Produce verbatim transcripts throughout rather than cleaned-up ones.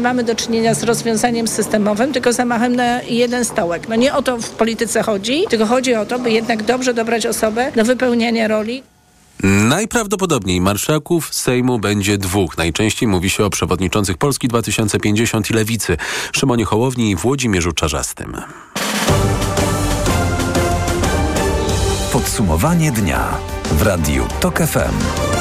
mamy do czynienia z rozwiązaniem systemowym, tylko zamachem na jeden stołek. No nie o to w polityce chodzi, tylko chodzi o to, by jednak dobrze dobrać osobę do wypełniania roli. Najprawdopodobniej marszałków Sejmu będzie dwóch. Najczęściej mówi się o przewodniczących Polski dwa tysiące pięćdziesiąt i Lewicy, Szymonie Hołowni i Włodzimierzu Czarzastym. Podsumowanie dnia w Radiu TOK F M.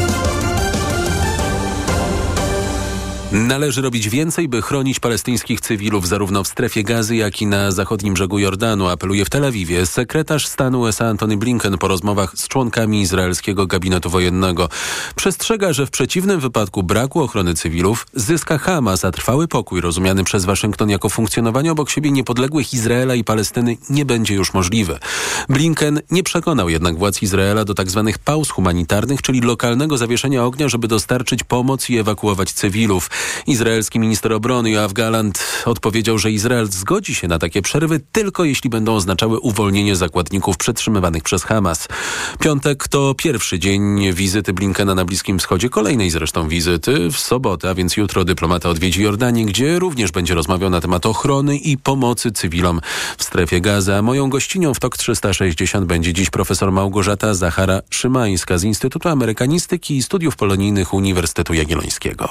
Należy robić więcej, by chronić palestyńskich cywilów zarówno w strefie Gazy, jak i na zachodnim brzegu Jordanu, apeluje w Tel Awiwie sekretarz stanu U S A Antony Blinken po rozmowach z członkami izraelskiego gabinetu wojennego. Przestrzega, że w przeciwnym wypadku braku ochrony cywilów zyska Hamas, a trwały pokój rozumiany przez Waszyngton jako funkcjonowanie obok siebie niepodległych Izraela i Palestyny nie będzie już możliwy. Blinken nie przekonał jednak władz Izraela do tzw. pauz humanitarnych, czyli lokalnego zawieszenia ognia, żeby dostarczyć pomoc i ewakuować cywilów. Izraelski minister obrony Yoav Gallant odpowiedział, że Izrael zgodzi się na takie przerwy tylko jeśli będą oznaczały uwolnienie zakładników przetrzymywanych przez Hamas. Piątek to pierwszy dzień wizyty Blinkena na Bliskim Wschodzie, kolejnej zresztą wizyty w sobotę, a więc jutro dyplomata odwiedzi Jordanię, gdzie również będzie rozmawiał na temat ochrony i pomocy cywilom w strefie Gazy. A moją gościnią w TOK trzysta sześćdziesiąt będzie dziś profesor Małgorzata Zachara-Szymańska z Instytutu Amerykanistyki i Studiów Polonijnych Uniwersytetu Jagiellońskiego.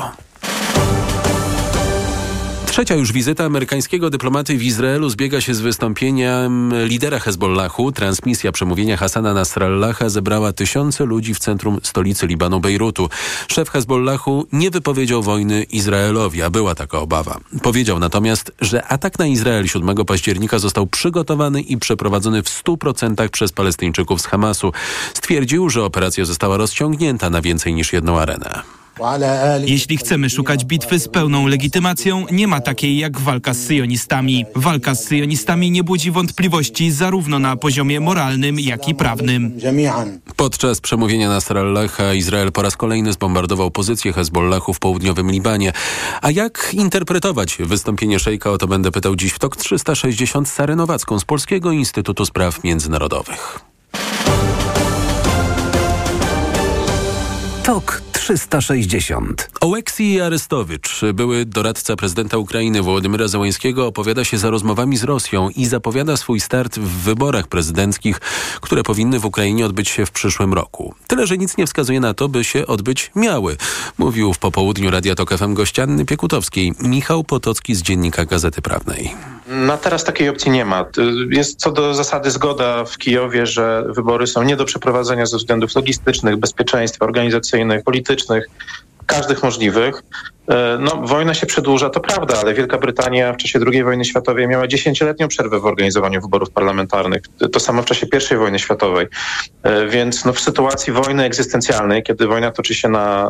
Trzecia już wizyta amerykańskiego dyplomaty w Izraelu zbiega się z wystąpieniem lidera Hezbollahu. Transmisja przemówienia Hasana Nasrallaha zebrała tysiące ludzi w centrum stolicy Libanu, Bejrutu. Szef Hezbollahu nie wypowiedział wojny Izraelowi, a była taka obawa. Powiedział natomiast, że atak na Izrael siódmego października został przygotowany i przeprowadzony w stu procentach przez Palestyńczyków z Hamasu. Stwierdził, że operacja została rozciągnięta na więcej niż jedną arenę. Jeśli chcemy szukać bitwy z pełną legitymacją, nie ma takiej jak walka z syjonistami. Walka z syjonistami nie budzi wątpliwości zarówno na poziomie moralnym, jak i prawnym. Podczas przemówienia Nasrallaha Izrael po raz kolejny zbombardował pozycję Hezbollahu w południowym Libanie. A jak interpretować wystąpienie szejka? O to będę pytał dziś w TOK trzysta sześćdziesiąt Sarę Nowacką z Polskiego Instytutu Spraw Międzynarodowych. TOK trzysta sześćdziesiąt. Oleksij i Arestowicz, były doradca prezydenta Ukrainy Wołodymyra Zełenskiego, opowiada się za rozmowami z Rosją i zapowiada swój start w wyborach prezydenckich, które powinny w Ukrainie odbyć się w przyszłym roku. Tyle, że nic nie wskazuje na to, by się odbyć miały, mówił w popołudniu Radia TOK F M gość Anny Piekutowskiej, Michał Potocki z Dziennika Gazety Prawnej. Na teraz takiej opcji nie ma. Jest co do zasady zgoda w Kijowie, że wybory są nie do przeprowadzenia ze względów logistycznych, bezpieczeństwa, organizacyjnych, politycznych, każdych możliwych. No, wojna się przedłuża, to prawda, ale Wielka Brytania w czasie drugiej wojny światowej miała dziesięcioletnią przerwę w organizowaniu wyborów parlamentarnych. To samo w czasie pierwszej wojny światowej. Więc no, w sytuacji wojny egzystencjalnej, kiedy wojna toczy się na,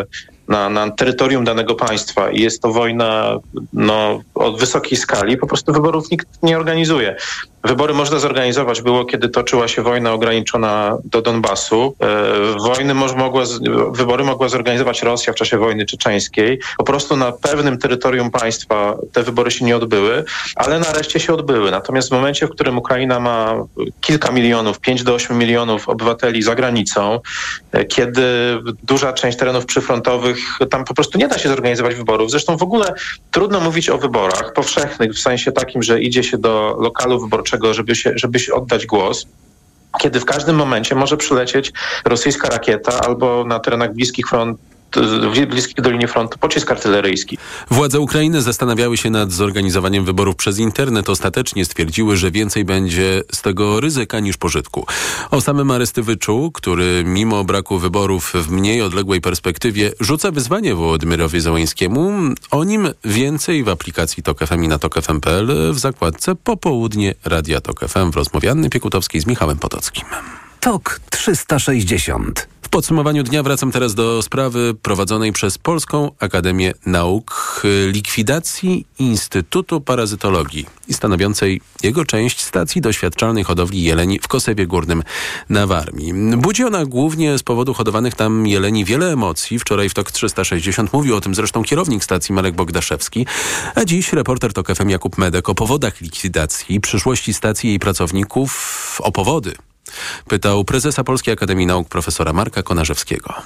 na, na terytorium danego państwa i jest to wojna no, o wysokiej skali, po prostu wyborów nikt nie organizuje. Wybory można zorganizować było, kiedy toczyła się wojna ograniczona do Donbasu. Wojny mogła, wybory mogła zorganizować Rosja w czasie wojny czeczeńskiej. Po prostu na pewnym terytorium państwa te wybory się nie odbyły, ale nareszcie się odbyły. Natomiast w momencie, w którym Ukraina ma kilka milionów, pięć do ośmiu milionów obywateli za granicą, kiedy duża część terenów przyfrontowych, tam po prostu nie da się zorganizować wyborów. Zresztą w ogóle trudno mówić o wyborach powszechnych, w sensie takim, że idzie się do lokalu wyborczego, żeby się, żeby się oddać głos, kiedy w każdym momencie może przylecieć rosyjska rakieta albo na terenach bliskich front bliskich do linii frontu pocisk artyleryjski. Władze Ukrainy zastanawiały się nad zorganizowaniem wyborów przez internet. Ostatecznie stwierdziły, że więcej będzie z tego ryzyka niż pożytku. O samym Arestowiczu, który mimo braku wyborów w mniej odległej perspektywie rzuca wyzwanie Wołodymyrowi Zełenskiemu, o nim więcej w aplikacji TOK F M i na tok f m kropka p l w zakładce Popołudnie Radia TOK F M w rozmowie Anny Piekutowskiej z Michałem Potockim. TOK trzysta sześćdziesiąt. W podsumowaniu dnia wracam teraz do sprawy prowadzonej przez Polską Akademię Nauk likwidacji Instytutu Parazytologii i stanowiącej jego część stacji doświadczalnej hodowli jeleni w Kosewie Górnym na Warmii. Budzi ona głównie z powodu hodowanych tam jeleni wiele emocji. Wczoraj w TOK trzysta sześćdziesiąt mówił o tym zresztą kierownik stacji Marek Bogdaszewski, a dziś reporter TOK F M Jakub Medek o powodach likwidacji, przyszłości stacji i jej pracowników, o powody pytał prezesa Polskiej Akademii Nauk profesora Marka Konarzewskiego.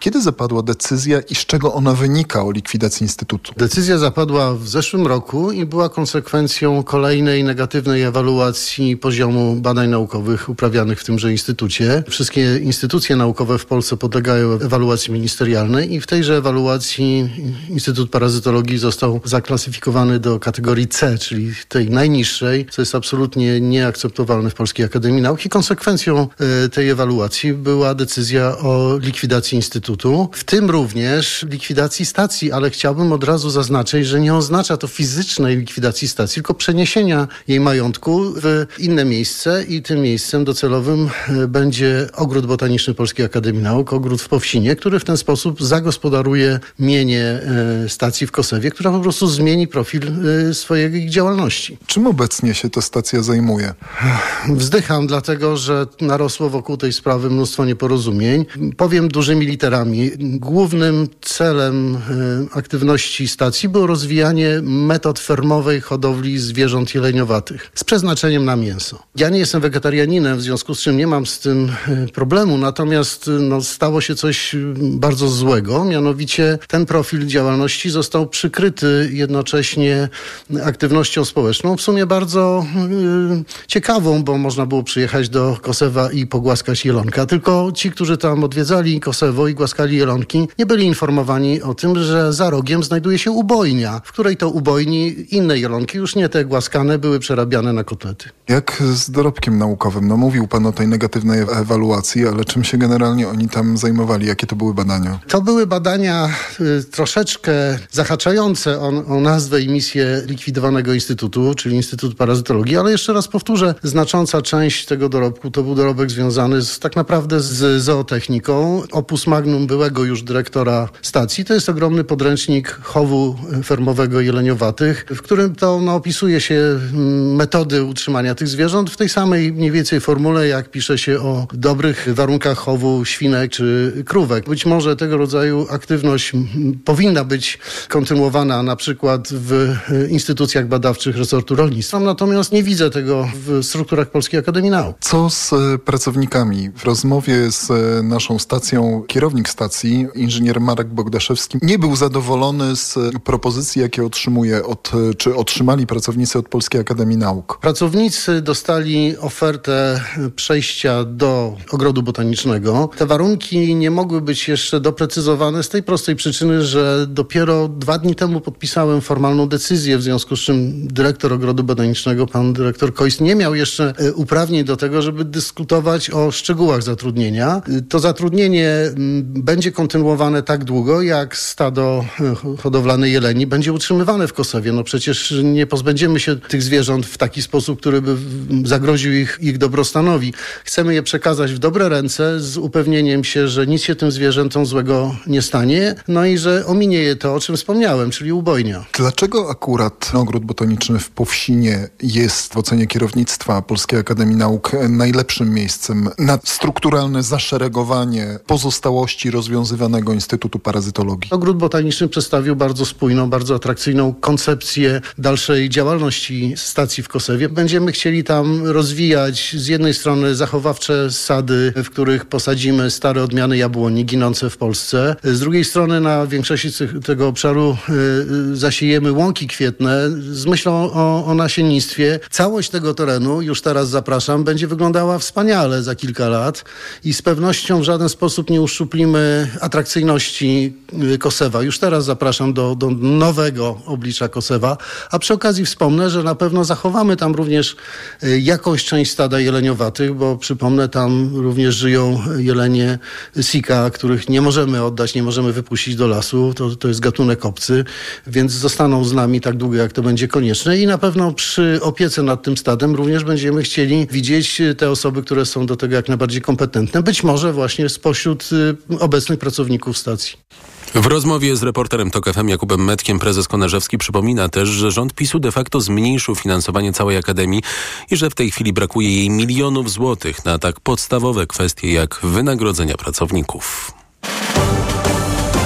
Kiedy zapadła decyzja i z czego ona wynika o likwidacji Instytutu? Decyzja zapadła w zeszłym roku i była konsekwencją kolejnej negatywnej ewaluacji poziomu badań naukowych uprawianych w tymże instytucie. Wszystkie instytucje naukowe w Polsce podlegają ewaluacji ministerialnej i w tejże ewaluacji Instytut Parazytologii został zaklasyfikowany do kategorii C, czyli tej najniższej, co jest absolutnie nieakceptowalne w Polskiej Akademii Nauk i konsekwencją y, tej ewaluacji była decyzja o likwidacji Instytutu, w tym również likwidacji stacji, ale chciałbym od razu zaznaczyć, że nie oznacza to fizycznej likwidacji stacji, tylko przeniesienia jej majątku w inne miejsce i tym miejscem docelowym y, będzie Ogród Botaniczny Polskiej Akademii Nauk, ogród w Powsinie, który w ten sposób zagospodaruje mienie y, stacji w Kosewie, która po prostu zmieni profil y, swojej działalności. Czym obecnie się ta stacja zajmuje? Wzdycham, dlatego że narosło wokół tej sprawy mnóstwo nieporozumień. Powiem dużymi literami. Głównym celem y, aktywności stacji było rozwijanie metod fermowej hodowli zwierząt jeleniowatych z przeznaczeniem na mięso. Ja nie jestem wegetarianinem, w związku z czym nie mam z tym y, problemu, natomiast y, no, stało się coś bardzo złego, mianowicie ten profil działalności został przykryty jednocześnie aktywnością społeczną, w sumie bardzo y, ciekawą, bo można było przyjechać do Kosewa i pogłaskać jelonka. Tylko ci, którzy tam odwiedzali Kosewo i głaskali jelonki, nie byli informowani o tym, że za rogiem znajduje się ubojnia, w której to ubojni inne jelonki, już nie te głaskane, były przerabiane na kotlety. Jak z dorobkiem naukowym? No mówił pan o tej negatywnej ewaluacji, ale czym się generalnie oni tam zajmowali? Jakie to były badania? To były badania y, troszeczkę zahaczające o, o nazwę i misję likwidowanego instytutu, czyli Instytut Parazytologii, ale jeszcze raz powtórzę, znacząca część tego dorobku to był dorobek związany z, tak naprawdę z zootechniką. Opus magnum byłego już dyrektora stacji to jest ogromny podręcznik chowu fermowego jeleniowatych, w którym to no, opisuje się metody utrzymania tych zwierząt w tej samej mniej więcej formule, jak pisze się o dobrych warunkach chowu świnek czy krówek. Być może tego rodzaju aktywność powinna być kontynuowana na przykład w instytucjach badawczych resortu rolnictwa, natomiast nie widzę tego w strukturach Polskiej Akademii Nauk. Co z pracownikami? W rozmowie z naszą stacją kierownik stacji, inżynier Marek Bogdaszewski, nie był zadowolony z propozycji, jakie otrzymuje od, czy otrzymali pracownicy od Polskiej Akademii Nauk. Pracownicy dostali ofertę przejścia do Ogrodu Botanicznego. Te warunki nie mogły być jeszcze doprecyzowane z tej prostej przyczyny, że dopiero dwa dni temu podpisałem formalną decyzję, w związku z czym dyrektor Ogrodu Botanicznego, pan dyrektor Kojs, nie miał jeszcze uprawnień do tego, żeby dyskutować o szczegółach zatrudnienia. To zatrudnienie będzie kontynuowane tak długo, jak stado hodowlane jeleni będzie utrzymywane w Kosewie. No przecież nie pozbędziemy się tych zwierząt w taki sposób, który by zagroził ich, ich dobrostanowi. Chcemy je przekazać w dobre ręce z upewnieniem się, że nic się tym zwierzętom złego nie stanie, no i że ominie je to, o czym wspomniałem, czyli ubojnia. Dlaczego akurat Ogród Botaniczny w Powsinie jest w ocenie kierownictwa Polskiej Akademii Nauk najlepszym miejscem na strukturalne zaszeregowanie pozostałości rozwiązywanego Instytutu Parazytologii? Ogród Botaniczny przedstawił bardzo spójną, bardzo atrakcyjną koncepcję dalszej działalności stacji w Kosewie. Będziemy chcieli tam rozwijać z jednej strony zachowawcze sady, w których posadzimy stare odmiany jabłoni ginące w Polsce. Z drugiej strony na większości tego obszaru y, zasiejemy łąki kwietne z myślą o, o nasiennictwie. Całość tego terenu, już teraz zapraszam, będzie wyglądała wspaniale za kilka lat i z pewnością w żaden sposób nie uszczuplimy atrakcyjności Kosewa. Już teraz zapraszam do, do nowego oblicza Kosewa, a przy okazji wspomnę, że na pewno zachowamy tam również jakąś część stada jeleniowatych, bo przypomnę, tam również żyją jelenie sika, których nie możemy oddać, nie możemy wypuścić do lasu. To, to jest gatunek obcy, więc zostaną z nami tak długo, jak to będzie konieczne i na pewno przy opiece nad tym stadem również będziemy chcieli widzieć te osoby, które są do tego jak najbardziej kompetentne, być może właśnie spośród obecnych pracowników stacji. W rozmowie z reporterem TOK F M Jakubem Metkiem prezes Konarzewski przypomina też, że rząd PiSu de facto zmniejszył finansowanie całej Akademii i że w tej chwili brakuje jej milionów złotych na tak podstawowe kwestie jak wynagrodzenia pracowników.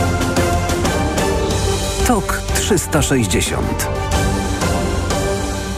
TOK trzysta sześćdziesiąt.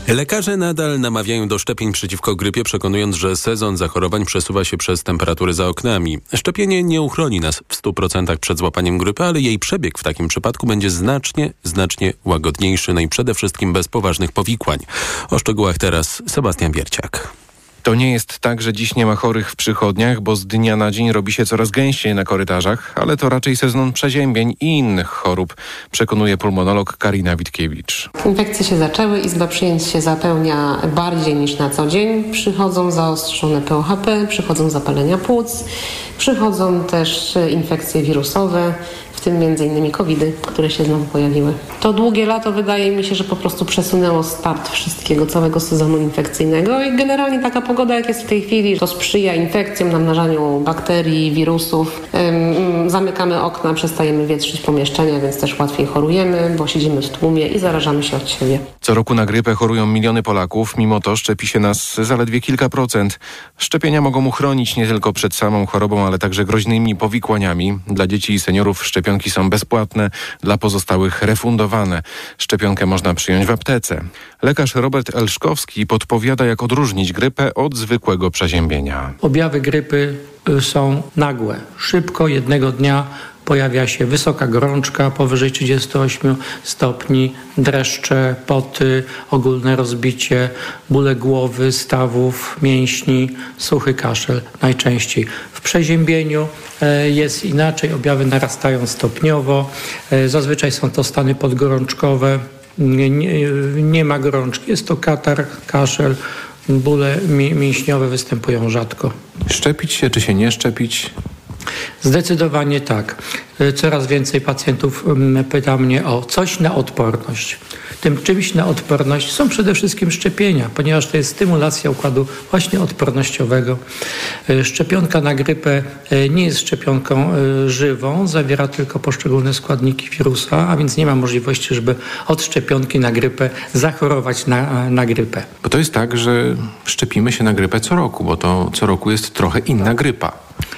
Lekarze nadal namawiają do szczepień przeciwko grypie, przekonując, że sezon zachorowań przesuwa się przez temperatury za oknami. Szczepienie nie uchroni nas w stu procentach przed złapaniem grypy, ale jej przebieg w takim przypadku będzie znacznie, znacznie łagodniejszy, no i przede wszystkim bez poważnych powikłań. O szczegółach teraz Sebastian Wierciak. To nie jest tak, że dziś nie ma chorych w przychodniach, bo z dnia na dzień robi się coraz gęściej na korytarzach, ale to raczej sezon przeziębień i innych chorób, przekonuje pulmonolog Karina Witkiewicz. Infekcje się zaczęły, izba przyjęć się zapełnia bardziej niż na co dzień. Przychodzą zaostrzone P O H P, przychodzą zapalenia płuc, przychodzą też infekcje wirusowe, w tym między innymi covidy, które się znowu pojawiły. To długie lato wydaje mi się, że po prostu przesunęło start wszystkiego, całego sezonu infekcyjnego i generalnie taka pogoda, jak jest w tej chwili, to sprzyja infekcjom, namnażaniu bakterii, wirusów. Ym, zamykamy okna, przestajemy wietrzyć pomieszczenia, więc też łatwiej chorujemy, bo siedzimy w tłumie i zarażamy się od siebie. Co roku na grypę chorują miliony Polaków, mimo to szczepi się nas zaledwie kilka procent. Szczepienia mogą uchronić nie tylko przed samą chorobą, ale także groźnymi powikłaniami. Dla dzieci i seniorów szczepionki są bezpłatne, dla pozostałych refundowane. Szczepionkę można przyjąć w aptece. Lekarz Robert Elszkowski podpowiada, jak odróżnić grypę od zwykłego przeziębienia. Objawy grypy są nagłe. Szybko, jednego dnia pojawia się wysoka gorączka powyżej trzydziestu ośmiu stopni, dreszcze, poty, ogólne rozbicie, bóle głowy, stawów, mięśni, suchy kaszel najczęściej. W przeziębieniu jest inaczej, objawy narastają stopniowo. Zazwyczaj są to stany podgorączkowe, nie, nie, nie ma gorączki, jest to katar, kaszel, bóle mięśniowe występują rzadko. Szczepić się czy się nie szczepić? Zdecydowanie tak. Coraz więcej pacjentów pyta mnie o coś na odporność. Tym czymś na odporność są przede wszystkim szczepienia, ponieważ to jest stymulacja układu właśnie odpornościowego. Szczepionka na grypę nie jest szczepionką żywą, zawiera tylko poszczególne składniki wirusa, a więc nie ma możliwości, żeby od szczepionki na grypę zachorować na, na grypę. Bo to jest tak, że szczepimy się na grypę co roku, bo to co roku jest trochę inna grypa.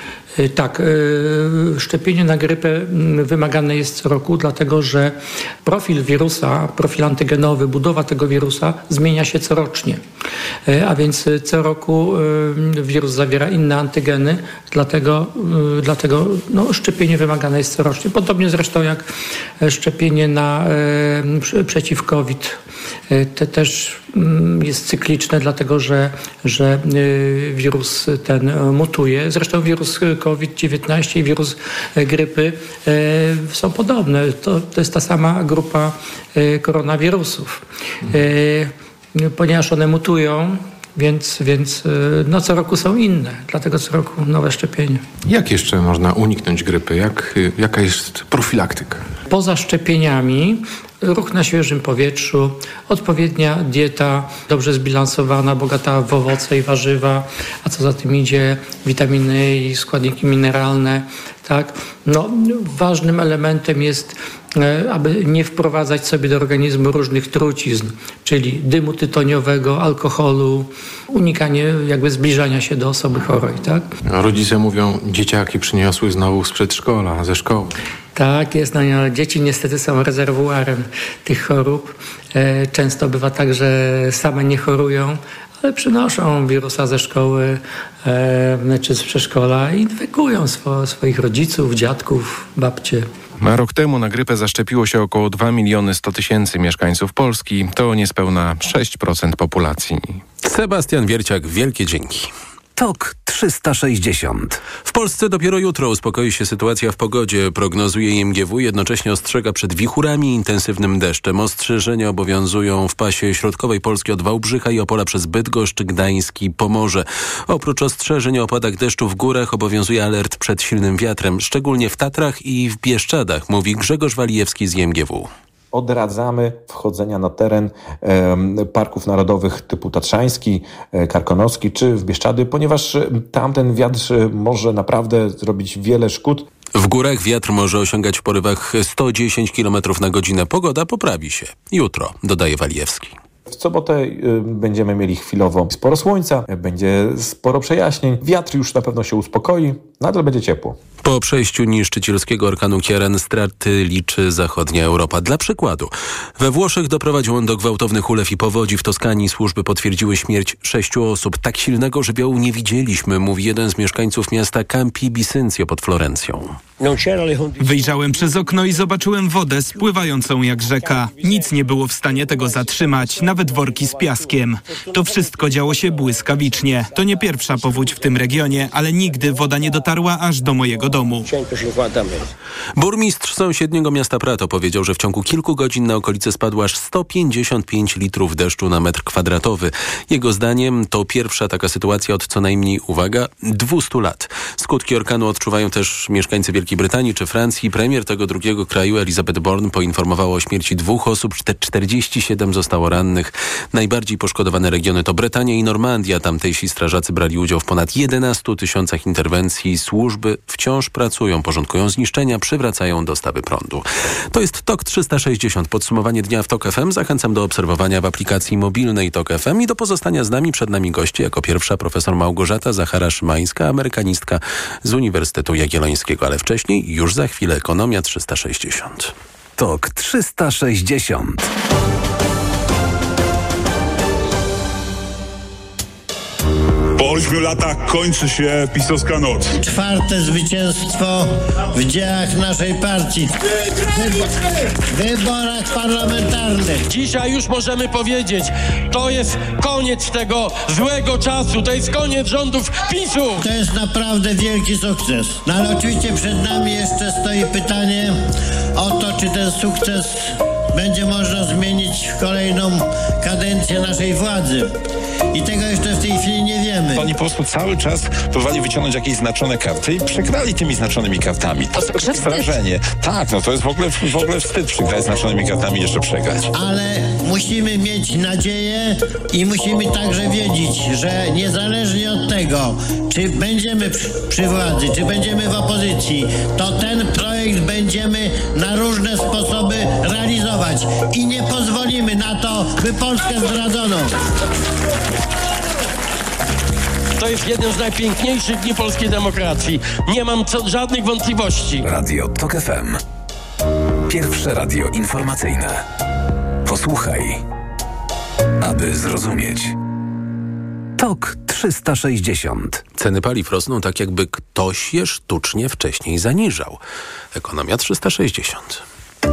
Tak, szczepienie na grypę wymagane jest co roku, dlatego że profil wirusa, profil antygenowy, budowa tego wirusa zmienia się corocznie. A więc co roku wirus zawiera inne antygeny, dlatego, dlatego no, szczepienie wymagane jest corocznie. Podobnie zresztą jak szczepienie na, przeciw COVID. To też jest cykliczne, dlatego że, że wirus ten mutuje. Zresztą wirus COVID dziewiętnaście i wirus grypy są podobne. To, to jest ta sama grupa koronawirusów. Ponieważ one mutują, Więc, więc no, co roku są inne, dlatego co roku nowe szczepienie. Jak jeszcze można uniknąć grypy? Jak, jaka jest profilaktyka? Poza szczepieniami ruch na świeżym powietrzu, odpowiednia dieta, dobrze zbilansowana, bogata w owoce i warzywa, a co za tym idzie witaminy i składniki mineralne. Tak? No, ważnym elementem jest, aby nie wprowadzać sobie do organizmu różnych trucizn, czyli dymu tytoniowego, alkoholu, unikanie jakby zbliżania się do osoby chorej. Tak? Rodzice mówią, dzieciaki przyniosły znowu z przedszkola, ze szkoły. Tak jest, no, dzieci niestety są rezerwuarem tych chorób. Często bywa tak, że same nie chorują, ale przynoszą wirusa ze szkoły e, czy z przedszkola i infekują swo, swoich rodziców, dziadków, babcie. A rok temu na grypę zaszczepiło się około dwa miliony sto tysięcy mieszkańców Polski. To niespełna sześć procent populacji. Sebastian Wierciak, wielkie dzięki. Tok trzysta sześćdziesiąt. W Polsce dopiero jutro uspokoi się sytuacja w pogodzie, prognozuje I M G W, jednocześnie ostrzega przed wichurami i intensywnym deszczem. Ostrzeżenia obowiązują w pasie środkowej Polski od Wałbrzycha i Opola przez Bydgoszcz, Gdańsk i Pomorze. Oprócz ostrzeżeń o opadach deszczu w górach obowiązuje alert przed silnym wiatrem, szczególnie w Tatrach i w Bieszczadach, mówi Grzegorz Walijewski z I M G W. Odradzamy wchodzenia na teren e, parków narodowych typu Tatrzański, e, Karkonoski czy w Bieszczady, ponieważ tamten wiatr może naprawdę zrobić wiele szkód. W górach wiatr może osiągać w porywach sto dziesięć kilometrów na godzinę. Pogoda poprawi się. Jutro, dodaje Walijewski. W sobotę y, będziemy mieli chwilowo sporo słońca, będzie sporo przejaśnień. Wiatr już na pewno się uspokoi. nadal będzie ciepło. Po przejściu niszczycielskiego orkanu Kiaren straty liczy zachodnia Europa. Dla przykładu, we Włoszech doprowadził on do gwałtownych ulew i powodzi. W Toskanii służby potwierdziły śmierć sześciu osób. Tak silnego żywiołu nie widzieliśmy, mówi jeden z mieszkańców miasta Campi Bisenzio pod Florencją. Wyjrzałem przez okno i zobaczyłem wodę spływającą jak rzeka. Nic nie było w stanie tego zatrzymać, nawet worki z piaskiem. To wszystko działo się błyskawicznie. To nie pierwsza powódź w tym regionie, ale nigdy woda nie dotarła aż do mojego domu. Burmistrz sąsiedniego miasta Prato powiedział, że w ciągu kilku godzin na okolice spadło aż sto pięćdziesiąt pięć litrów deszczu na metr kwadratowy. Jego zdaniem to pierwsza taka sytuacja od co najmniej, uwaga, dwustu lat. Skutki orkanu odczuwają też mieszkańcy Wielkiej Brytanii czy Francji. Premier tego drugiego kraju, Elizabeth Bourne, poinformowała o śmierci dwóch osób, czterdzieści siedem zostało rannych. Najbardziej poszkodowane regiony to Brytania i Normandia. Tamtejsi strażacy brali udział w ponad jedenastu tysiącach interwencji. Służby wciąż pracują, porządkują zniszczenia, przywracają dostawy prądu. To jest Tok trzysta sześćdziesiąt. Podsumowanie dnia w Tok F M. Zachęcam do obserwowania w aplikacji mobilnej Tok F M i do pozostania z nami. Przed nami goście. Jako pierwsza profesor Małgorzata Zachara-Szymańska, amerykanistka z Uniwersytetu Jagiellońskiego, ale wcześniej, już za chwilę, Ekonomia trzysta sześćdziesiąt. Tok trzysta sześćdziesiąt. Po ośmiu latach kończy się pisowska noc. Czwarte zwycięstwo w dziejach naszej partii. W wyborach parlamentarnych. Dzisiaj już możemy powiedzieć, to jest koniec tego złego czasu, to jest koniec rządów PiSu. To jest naprawdę wielki sukces. No ale oczywiście przed nami jeszcze stoi pytanie o to, czy ten sukces będzie można zmienić w kolejną kadencję naszej władzy. I tego jeszcze w tej chwili nie wiemy. Oni po prostu cały czas próbowali wyciągnąć jakieś znaczone karty i przegrali tymi znaczonymi kartami. To jest wrażenie. Tak, no to jest w ogóle, w ogóle wstyd przegrać znaczonymi kartami i jeszcze przegrać. Ale musimy mieć nadzieję i musimy także wiedzieć, że niezależnie od tego, czy będziemy przy, przy władzy, czy będziemy w opozycji, to ten projekt będziemy na różne sposoby realizować. I nie pozwolimy na to, by Polskę zdradzono. To jest jeden z najpiękniejszych dni polskiej demokracji. Nie mam co, żadnych wątpliwości. Radio Tok F M. Pierwsze radio informacyjne. Posłuchaj, aby zrozumieć. Tok trzysta sześćdziesiąt. Ceny paliw rosną tak, jakby ktoś je sztucznie wcześniej zaniżał. Ekonomia trzysta sześćdziesiąt.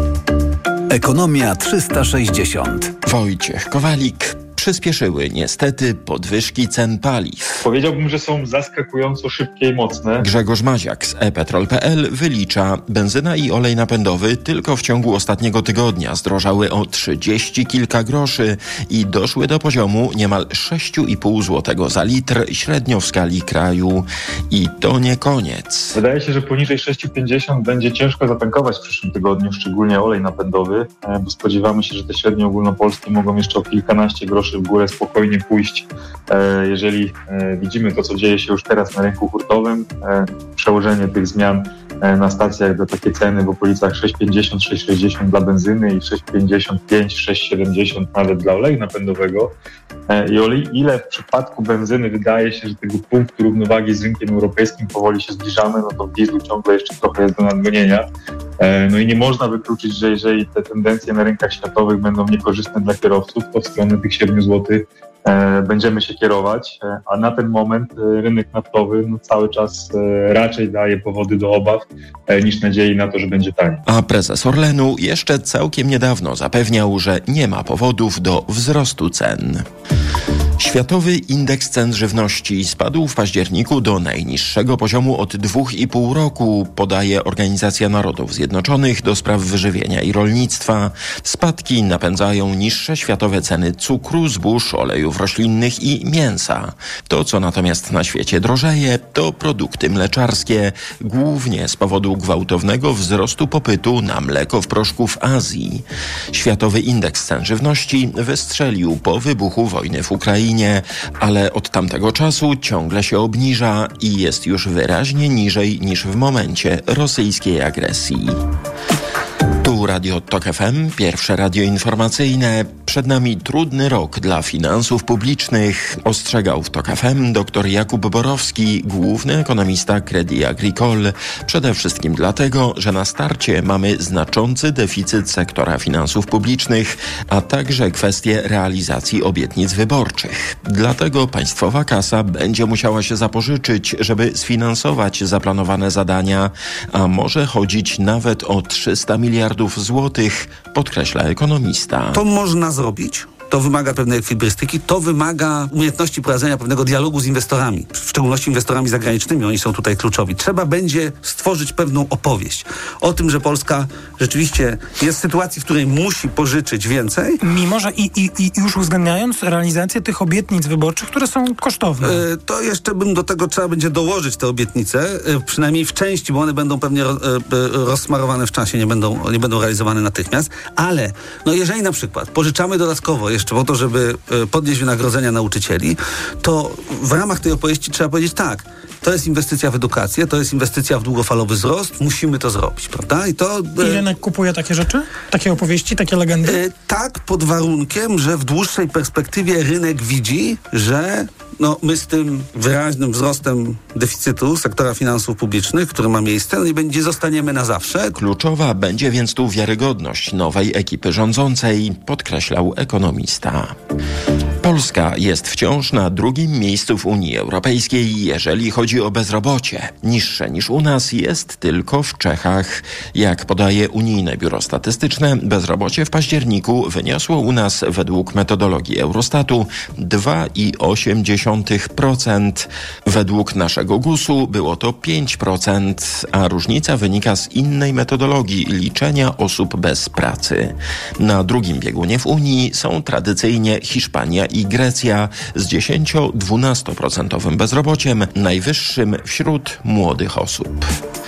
Ekonomia trzysta sześćdziesiąt. Wojciech Kowalik. Przyspieszyły niestety podwyżki cen paliw. Powiedziałbym, że są zaskakująco szybkie i mocne. Grzegorz Maziak z e petrol kropka p l wylicza, benzyna i olej napędowy tylko w ciągu ostatniego tygodnia zdrożały o trzydzieści kilka groszy i doszły do poziomu niemal sześć i pół złotego za litr średnio w skali kraju. I to nie koniec. Wydaje się, że poniżej sześć pięćdziesiąt będzie ciężko zatankować w przyszłym tygodniu, szczególnie olej napędowy, bo spodziewamy się, że te średnie ogólnopolskie mogą jeszcze o kilkanaście groszy w górę spokojnie pójść. Jeżeli widzimy to, co dzieje się już teraz na rynku hurtowym, przełożenie tych zmian na stacjach do takie ceny w okolicach sześć pięćdziesiąt, sześć sześćdziesiąt dla benzyny i sześć pięćdziesiąt pięć, sześć siedemdziesiąt nawet dla oleju napędowego. I o ile w przypadku benzyny wydaje się, że tego punktu równowagi z rynkiem europejskim powoli się zbliżamy, no to w dieslu ciągle jeszcze trochę jest do nadgonienia. No i nie można wykluczyć, że jeżeli te tendencje na rynkach światowych będą niekorzystne dla kierowców, to w stronę tych siedmiu złotych będziemy się kierować, a na ten moment rynek naftowy no, cały czas raczej daje powody do obaw niż nadziei na to, że będzie taniej. A prezes Orlenu jeszcze całkiem niedawno zapewniał, że nie ma powodów do wzrostu cen. Światowy indeks cen żywności spadł w październiku do najniższego poziomu od dwóch i pół roku, podaje Organizacja Narodów Zjednoczonych do spraw wyżywienia i rolnictwa. Spadki napędzają niższe światowe ceny cukru, zbóż, olejów roślinnych i mięsa. To, co natomiast na świecie drożeje, to produkty mleczarskie, głównie z powodu gwałtownego wzrostu popytu na mleko w proszku w Azji. Światowy indeks cen żywności wystrzelił po wybuchu wojny w Ukrainie, ale od tamtego czasu ciągle się obniża i jest już wyraźnie niżej niż w momencie rosyjskiej agresji. Tu Tu Radio Tok F M, pierwsze radio informacyjne. Przed nami trudny rok dla finansów publicznych. Ostrzegał w Tok F M dr Jakub Borowski, główny ekonomista Crédit Agricole. Przede wszystkim dlatego, że na starcie mamy znaczący deficyt sektora finansów publicznych, a także kwestie realizacji obietnic wyborczych. Dlatego państwowa kasa będzie musiała się zapożyczyć, żeby sfinansować zaplanowane zadania, a może chodzić nawet o trzysta miliardów złotych, podkreśla ekonomista. To można zrobić. To wymaga pewnej ekwilibrystyki, to wymaga umiejętności prowadzenia pewnego dialogu z inwestorami, w szczególności inwestorami zagranicznymi, oni są tutaj kluczowi. Trzeba będzie stworzyć pewną opowieść o tym, że Polska rzeczywiście jest w sytuacji, w której musi pożyczyć więcej. Mimo, że i, i, i już uwzględniając realizację tych obietnic wyborczych, które są kosztowne. E, to jeszcze bym do tego trzeba będzie dołożyć te obietnice, e, przynajmniej w części, bo one będą pewnie ro, e, rozsmarowane w czasie, nie będą, nie będą realizowane natychmiast, ale no jeżeli na przykład pożyczamy dodatkowo jeszcze po to, żeby podnieść wynagrodzenia nauczycieli, to w ramach tej opowieści trzeba powiedzieć tak, to jest inwestycja w edukację, to jest inwestycja w długofalowy wzrost, musimy to zrobić, prawda? I to... I rynek kupuje takie rzeczy? Takie opowieści, takie legendy? E, tak, pod warunkiem, że w dłuższej perspektywie rynek widzi, że no, my z tym wyraźnym wzrostem deficytu sektora finansów publicznych, który ma miejsce, no nie będzie, zostaniemy na zawsze. Kluczowa będzie więc tu wiarygodność nowej ekipy rządzącej, podkreślał ekonomista. Polska jest wciąż na drugim miejscu w Unii Europejskiej, jeżeli chodzi o bezrobocie. Niższe niż u nas jest tylko w Czechach. Jak podaje Unijne Biuro Statystyczne, bezrobocie w październiku wyniosło u nas według metodologii Eurostatu dwa i osiem dziesiątych procent. Według naszego gusu było to pięć procent, a różnica wynika z innej metodologii liczenia osób bez pracy. Na drugim biegunie w Unii są tradycyjnie Hiszpania i Grecja z dziesięć do dwunastu procent bezrobociem, najwyższym wśród młodych osób.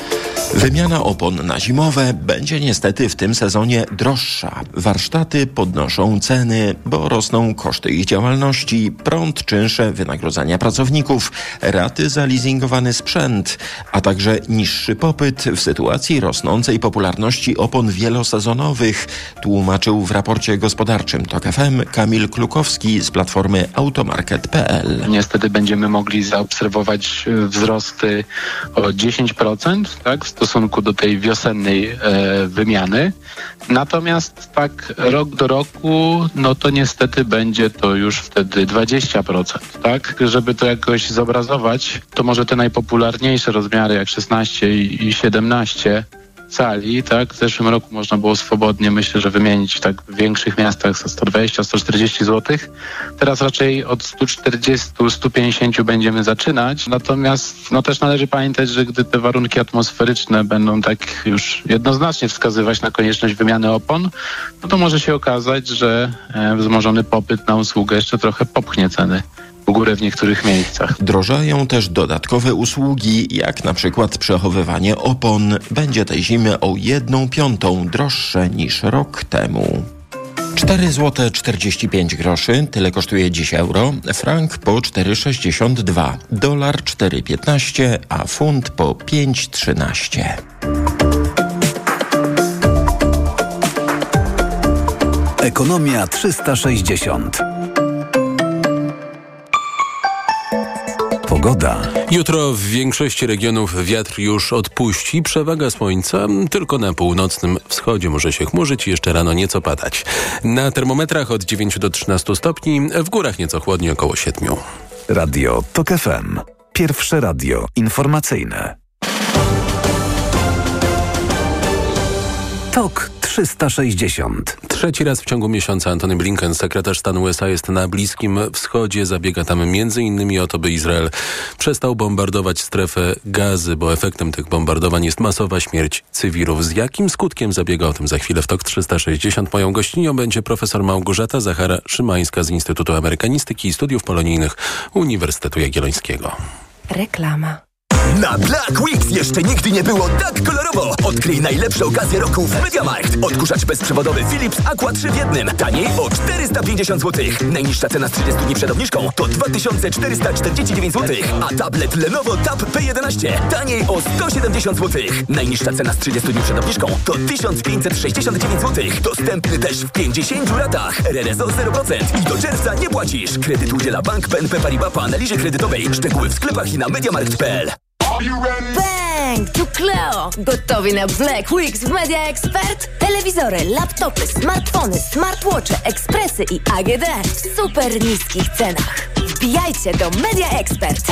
Wymiana opon na zimowe będzie niestety w tym sezonie droższa. Warsztaty podnoszą ceny, bo rosną koszty ich działalności, prąd, czynsze, wynagrodzenia pracowników, raty za leasingowany sprzęt, a także niższy popyt w sytuacji rosnącej popularności opon wielosezonowych, tłumaczył w raporcie gospodarczym Tok F M Kamil Klukowski z platformy automarket kropka p l. Niestety będziemy mogli zaobserwować wzrosty o dziesięć procent, tak? W stosunku do tej wiosennej e, wymiany. Natomiast tak rok do roku, no to niestety będzie to już wtedy dwadzieścia procent, tak? Żeby to jakoś zobrazować, to może te najpopularniejsze rozmiary jak szesnaście i siedemnaście cali, tak? W zeszłym roku można było swobodnie, myślę, że wymienić tak w większych miastach za sto dwadzieścia do stu czterdziestu złotych. Teraz raczej od stu czterdziestu do stu pięćdziesięciu będziemy zaczynać. Natomiast no też należy pamiętać, że gdy te warunki atmosferyczne będą tak już jednoznacznie wskazywać na konieczność wymiany opon, no to może się okazać, że e, wzmożony popyt na usługę jeszcze trochę popchnie ceny w górę w niektórych miejscach. Drożają też dodatkowe usługi, jak na przykład przechowywanie opon. Będzie tej zimy o jedną piątą droższe niż rok temu. cztery złote czterdzieści pięć groszy, tyle kosztuje dziś euro, frank po cztery sześćdziesiąt dwa, dolar cztery piętnaście, a funt po pięć trzynaście. Ekonomia trzysta sześćdziesiąt. Pogoda. Jutro w większości regionów wiatr już odpuści. Przewaga słońca tylko na północnym wschodzie może się chmurzyć i jeszcze rano nieco padać. Na termometrach od dziewięciu do trzynastu stopni, w górach nieco chłodniej, około siedmiu. Radio Tok F M. Pierwsze radio informacyjne. Tok trzysta sześćdziesiąt. Trzeci raz w ciągu miesiąca Antony Blinken, sekretarz stanu U S A, jest na Bliskim Wschodzie. Zabiega tam między innymi o to, by Izrael przestał bombardować strefę Gazy, bo efektem tych bombardowań jest masowa śmierć cywilów. Z jakim skutkiem zabiega, o tym za chwilę w Tok trzysta sześćdziesiąt. Moją gościnią będzie profesor Małgorzata Zachara-Szymańska z Instytutu Amerykanistyki i Studiów Polonijnych Uniwersytetu Jagiellońskiego. Reklama. Na Black Weeks jeszcze nigdy nie było tak kolorowo. Odkryj najlepsze okazje roku w MediaMarkt. Odkurzacz bezprzewodowy Philips Aqua trzy w jednym. Taniej o czterysta pięćdziesiąt złotych. Najniższa cena z trzydziestu dni przed obniżką to dwa tysiące czterysta czterdzieści dziewięć złotych. A tablet Lenovo Tab P jedenaście taniej o sto siedemdziesiąt złotych. Najniższa cena z trzydziestu dni przed obniżką to tysiąc pięćset sześćdziesiąt dziewięć złotych. Dostępny też w pięćdziesięciu latach. R R S O zero procent i do czerwca nie płacisz. Kredyt udziela Bank P N P Paribas po analizie kredytowej. Szczegóły w sklepach i na mediamarkt kropka p l. Bang! Tu Cleo! Gotowi na Black Weeks w Media Expert? Telewizory, laptopy, smartfony, smartwatche, ekspresy i A G D w super niskich cenach. Wbijajcie do Media Expert.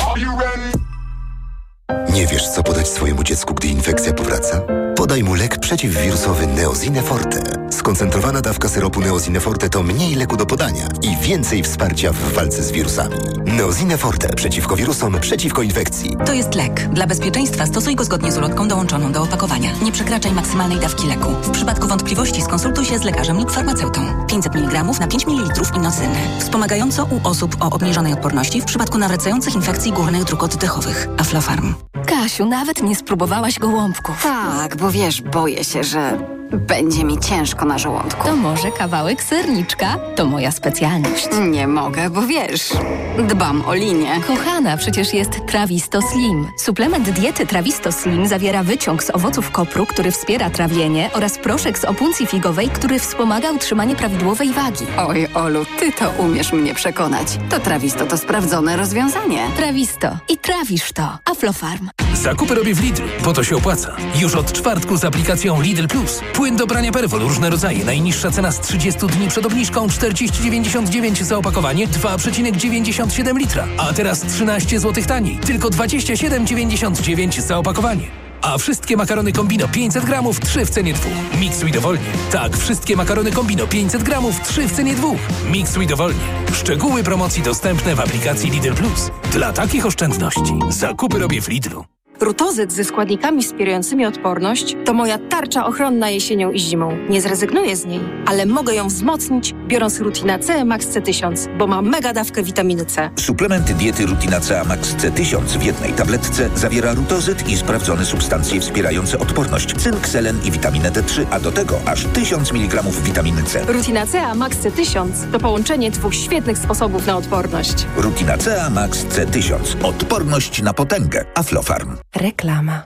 Nie wiesz, co podać swojemu dziecku, gdy infekcja powraca? Podaj mu lek przeciwwirusowy Neosine Forte. Skoncentrowana dawka syropu Neosine Forte to mniej leku do podania i więcej wsparcia w walce z wirusami. Neosine Forte przeciwko wirusom, przeciwko infekcji. To jest lek. Dla bezpieczeństwa stosuj go zgodnie z ulotką dołączoną do opakowania. Nie przekraczaj maksymalnej dawki leku. W przypadku wątpliwości skonsultuj się z lekarzem lub farmaceutą. pięćset miligramów na pięć mililitrów inocyny. Wspomagająco u osób o obniżonej odporności w przypadku nawracających infekcji górnych dróg oddechowych. Aflofarm. Kasiu, nawet nie spróbowałaś gołąbków. Tak, bo wiesz, boję się, że będzie mi ciężko na żołądku. To może kawałek serniczka? To moja specjalność. Nie mogę, bo wiesz, dbam o linię. Kochana, przecież jest Trawisto Slim. Suplement diety Trawisto Slim zawiera wyciąg z owoców kopru, który wspiera trawienie, oraz proszek z opuncji figowej, który wspomaga utrzymanie prawidłowej wagi. Oj, Olu, ty to umiesz mnie przekonać. To Trawisto to sprawdzone rozwiązanie. Trawisto. I trawisz to. Aflofarm. Zakupy robię w Lidl, bo to się opłaca. Już od czwartku z aplikacją Lidl Plus. Płyn do prania Perwoll, różne rodzaje. Najniższa cena z trzydziestu dni przed obniżką czterdzieści dziewięćdziesiąt dziewięć za opakowanie, dwa przecinek dziewięćdziesiąt siedem litra. A teraz trzynaście złotych taniej, tylko dwadzieścia siedem dziewięćdziesiąt dziewięć za opakowanie. A wszystkie makarony Kombino pięćset gramów, trzy w cenie dwóch. Miksuj dowolnie. Tak, wszystkie makarony Kombino pięćset gramów, trzy w cenie dwóch. Miksuj dowolnie. Szczegóły promocji dostępne w aplikacji Lidl Plus. Dla takich oszczędności zakupy robię w Lidlu. Rutozyt ze składnikami wspierającymi odporność to moja tarcza ochronna jesienią i zimą. Nie zrezygnuję z niej, ale mogę ją wzmocnić, biorąc Rutina C Max C tysiąc, bo ma mega dawkę witaminy C. Suplement diety Rutina C Max C tysiąc w jednej tabletce zawiera rutozyt i sprawdzone substancje wspierające odporność, cynk, selen i witaminę D trzy, a do tego aż tysiąc miligramów witaminy C. Rutina C Max C tysiąc to połączenie dwóch świetnych sposobów na odporność. Rutina C Max C tysiąc. Odporność na potęgę. Aflofarm. Reklama.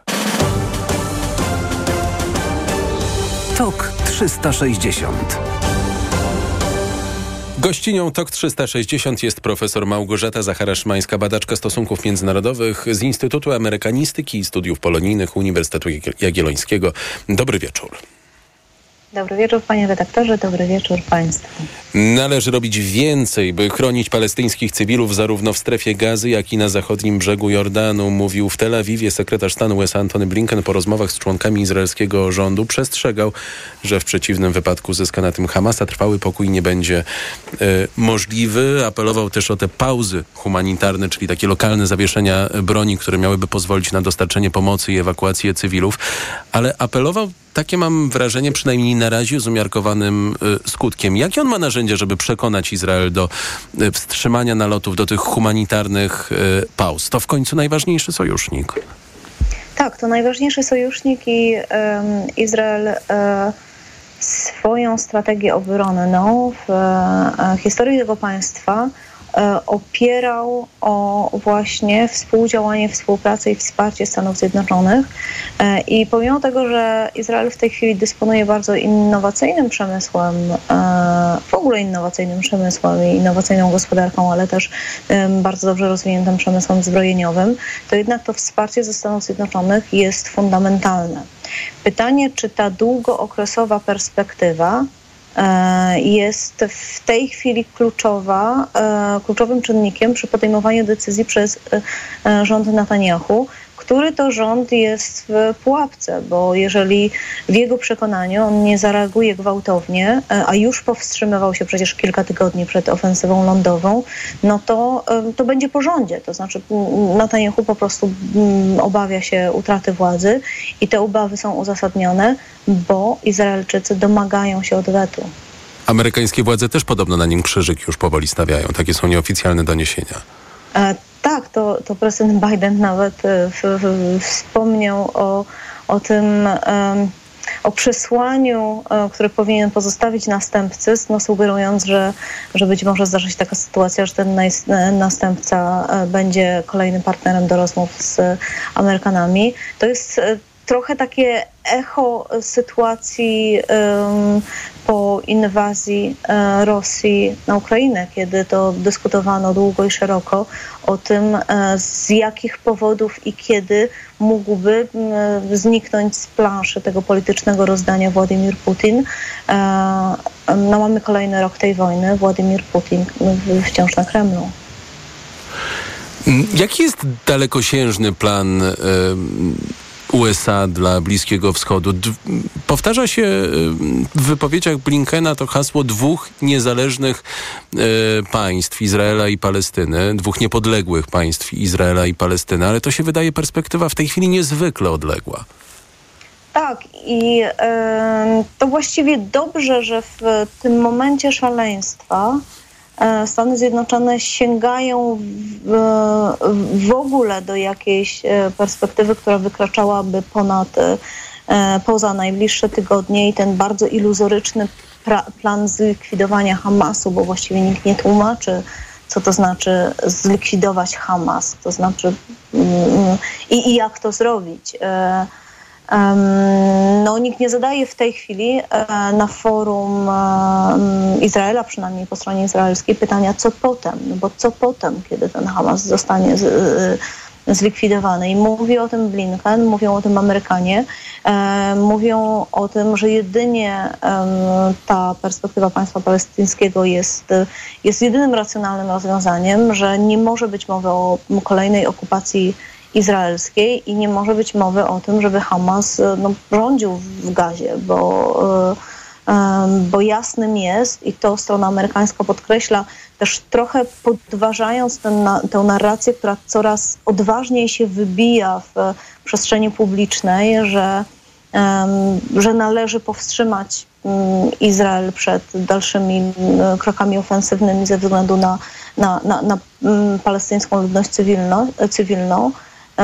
Tok trzysta sześćdziesiąt. Gościnią Tok trzysta sześćdziesiąt jest profesor Małgorzata Zachara-Szymańska, badaczka stosunków międzynarodowych z Instytutu Amerykanistyki i Studiów Polonijnych Uniwersytetu Jagiellońskiego. Dobry wieczór. Dobry wieczór, panie redaktorze, dobry wieczór państwu. Należy robić więcej, by chronić palestyńskich cywilów zarówno w strefie Gazy, jak i na zachodnim brzegu Jordanu, mówił w Tel Awiwie sekretarz stanu U S A Antony Blinken po rozmowach z członkami izraelskiego rządu. Przestrzegał, że w przeciwnym wypadku zyska na tym Hamas, a trwały pokój nie będzie e, możliwy. Apelował też o te pauzy humanitarne, czyli takie lokalne zawieszenia broni, które miałyby pozwolić na dostarczenie pomocy i ewakuację cywilów, ale apelował, takie mam wrażenie, przynajmniej na razie z umiarkowanym y, skutkiem. Jakie on ma narzędzia, żeby przekonać Izrael do y, wstrzymania nalotów, do tych humanitarnych y, pauz? To w końcu najważniejszy sojusznik. Tak, to najważniejszy sojusznik i y, Izrael y, swoją strategię obronną w y, historii tego państwa opierał o właśnie współdziałanie, współpracę i wsparcie Stanów Zjednoczonych. I pomimo tego, że Izrael w tej chwili dysponuje bardzo innowacyjnym przemysłem, w ogóle innowacyjnym przemysłem i innowacyjną gospodarką, ale też bardzo dobrze rozwiniętym przemysłem zbrojeniowym, to jednak to wsparcie ze Stanów Zjednoczonych jest fundamentalne. Pytanie, czy ta długookresowa perspektywa jest w tej chwili kluczowa, kluczowym czynnikiem przy podejmowaniu decyzji przez rząd Netanyahu, który to rząd jest w pułapce, bo jeżeli w jego przekonaniu on nie zareaguje gwałtownie, a już powstrzymywał się przecież kilka tygodni przed ofensywą lądową, no to, to będzie po rządzie. To znaczy Netanyahu po prostu obawia się utraty władzy i te obawy są uzasadnione, bo Izraelczycy domagają się odwetu. Amerykańskie władze też podobno na nim krzyżyk już powoli stawiają. Takie są nieoficjalne doniesienia. Tak, to, to prezydent Biden nawet w, w, wspomniał o, o tym, um, o przesłaniu, um, które powinien pozostawić następcy, no, sugerując, że, że być może zdarzy się taka sytuacja, że ten naj- następca będzie kolejnym partnerem do rozmów z Amerykanami. To jest trochę takie echo sytuacji um, po inwazji um, Rosji na Ukrainę, kiedy to dyskutowano długo i szeroko o tym, um, z jakich powodów i kiedy mógłby um, zniknąć z planszy tego politycznego rozdania Władimir Putin. Um, no, mamy kolejny rok tej wojny. Władimir Putin wciąż na Kremlu. Jaki jest dalekosiężny plan um, U S A dla Bliskiego Wschodu? D- powtarza się w wypowiedziach Blinkena to hasło dwóch niezależnych e, państw, Izraela i Palestyny, dwóch niepodległych państw, Izraela i Palestyny, ale to się wydaje perspektywa w tej chwili niezwykle odległa. Tak, i y, to właściwie dobrze, że w tym momencie szaleństwa Stany Zjednoczone sięgają w, w ogóle do jakiejś perspektywy, która wykraczałaby ponad, poza najbliższe tygodnie i ten bardzo iluzoryczny pra, plan zlikwidowania Hamasu, bo właściwie nikt nie tłumaczy, co to znaczy zlikwidować Hamas, to znaczy i, i jak to zrobić. No, nikt nie zadaje w tej chwili na forum Izraela, przynajmniej po stronie izraelskiej, pytania, co potem, no bo co potem, kiedy ten Hamas zostanie z, zlikwidowany. I mówi o tym Blinken, mówią o tym Amerykanie, mówią o tym, że jedynie ta perspektywa państwa palestyńskiego jest, jest jedynym racjonalnym rozwiązaniem, że nie może być mowy o kolejnej okupacji izraelskiej i nie może być mowy o tym, żeby Hamas no, rządził w Gazie, bo, bo jasnym jest, i to strona amerykańska podkreśla, też trochę podważając ten, tę narrację, która coraz odważniej się wybija w przestrzeni publicznej, że, że należy powstrzymać Izrael przed dalszymi krokami ofensywnymi ze względu na, na, na, na palestyńską ludność cywilno, cywilną.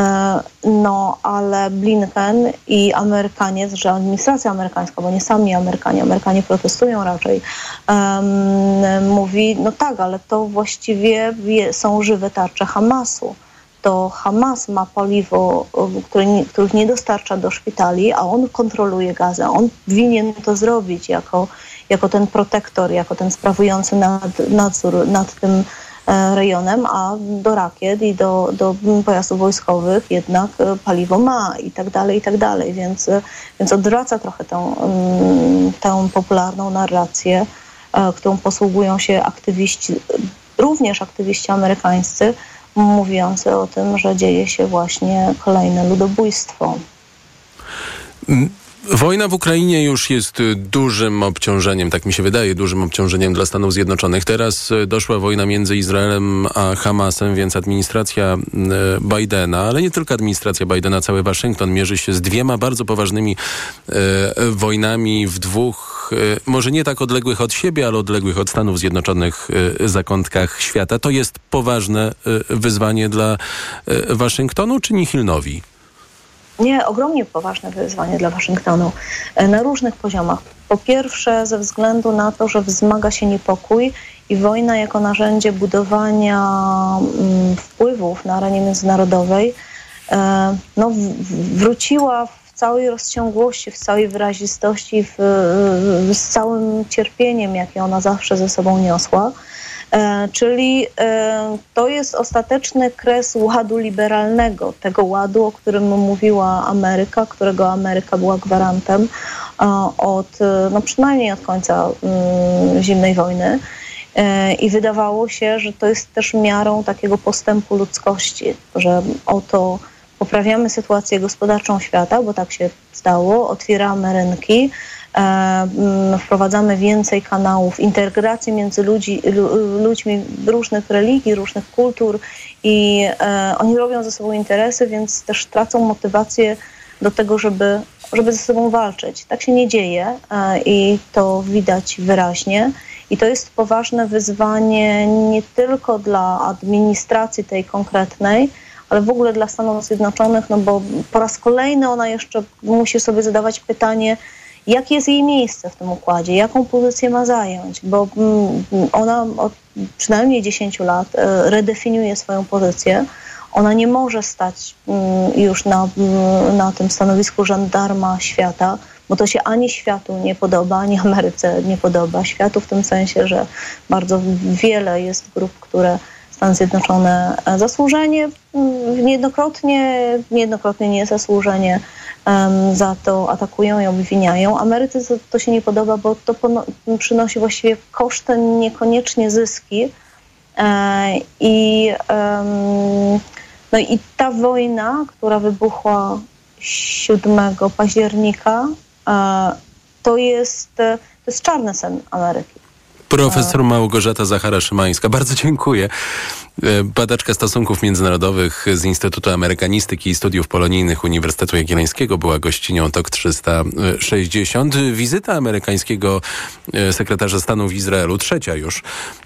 No, ale Blinken i Amerykanie, że administracja amerykańska, bo nie sami Amerykanie, Amerykanie protestują raczej, um, mówi, no tak, ale to właściwie są żywe tarcze Hamasu. To Hamas ma paliwo, które nie, których nie dostarcza do szpitali, a on kontroluje Gazę. On winien to zrobić jako, jako ten protektor, jako ten sprawujący nad, nadzór nad tym rejonem, a do rakiet i do, do pojazdów wojskowych jednak paliwo ma i tak dalej, i tak dalej. Więc, więc odwraca trochę tę, tę popularną narrację, którą posługują się aktywiści, również aktywiści amerykańscy, mówiący o tym, że dzieje się właśnie kolejne ludobójstwo. Wojna w Ukrainie już jest dużym obciążeniem, tak mi się wydaje, dużym obciążeniem dla Stanów Zjednoczonych. Teraz doszła wojna między Izraelem a Hamasem, więc administracja Bidena, ale nie tylko administracja Bidena, cały Waszyngton mierzy się z dwiema bardzo poważnymi e, wojnami w dwóch, e, może nie tak odległych od siebie, ale odległych od Stanów Zjednoczonych e, zakątkach świata. To jest poważne e, wyzwanie dla e, Waszyngtonu czy nihilnowi? Nie, ogromnie poważne wyzwanie dla Waszyngtonu na różnych poziomach. Po pierwsze ze względu na to, że wzmaga się niepokój i wojna jako narzędzie budowania mm, wpływów na arenie międzynarodowej e, no, w, wróciła w całej rozciągłości, w całej wyrazistości, w, w, z całym cierpieniem, jakie ona zawsze ze sobą niosła. E, czyli e, to jest ostateczny kres ładu liberalnego, tego ładu, o którym mówiła Ameryka, którego Ameryka była gwarantem e, od, no przynajmniej od końca e, zimnej wojny. E, I wydawało się, że to jest też miarą takiego postępu ludzkości, że oto poprawiamy sytuację gospodarczą świata, bo tak się stało, otwieramy rynki, wprowadzamy więcej kanałów integracji między ludzi, ludźmi różnych religii, różnych kultur i e, oni robią ze sobą interesy, więc też tracą motywację do tego, żeby, żeby ze sobą walczyć. Tak się nie dzieje e, i to widać wyraźnie I to jest poważne wyzwanie nie tylko dla administracji tej konkretnej, ale w ogóle dla Stanów Zjednoczonych, no bo po raz kolejny ona jeszcze musi sobie zadawać pytanie, jakie jest jej miejsce w tym układzie, jaką pozycję ma zająć, bo ona od przynajmniej dziesięć lat redefiniuje swoją pozycję. Ona nie może stać już na, na tym stanowisku żandarma świata, bo to się ani światu nie podoba, ani Ameryce nie podoba. Światu w tym sensie, że bardzo wiele jest grup, które Stany Zjednoczone zasłużenie, niejednokrotnie, niejednokrotnie niezasłużenie um, za to atakują i obwiniają. Ameryce to, to się nie podoba, bo to pono- przynosi właściwie koszty, niekoniecznie zyski. E, i, um, no i ta wojna, która wybuchła siódmego października, e, to jest, to jest czarny sen Ameryki. Profesor Małgorzata Zachara-Szymańska, bardzo dziękuję. Badaczka stosunków międzynarodowych z Instytutu Amerykanistyki i Studiów Polonijnych Uniwersytetu Jagiellońskiego była gościnią T O K trzysta sześćdziesiąt. Wizyta amerykańskiego sekretarza stanu w Izraelu, trzecia już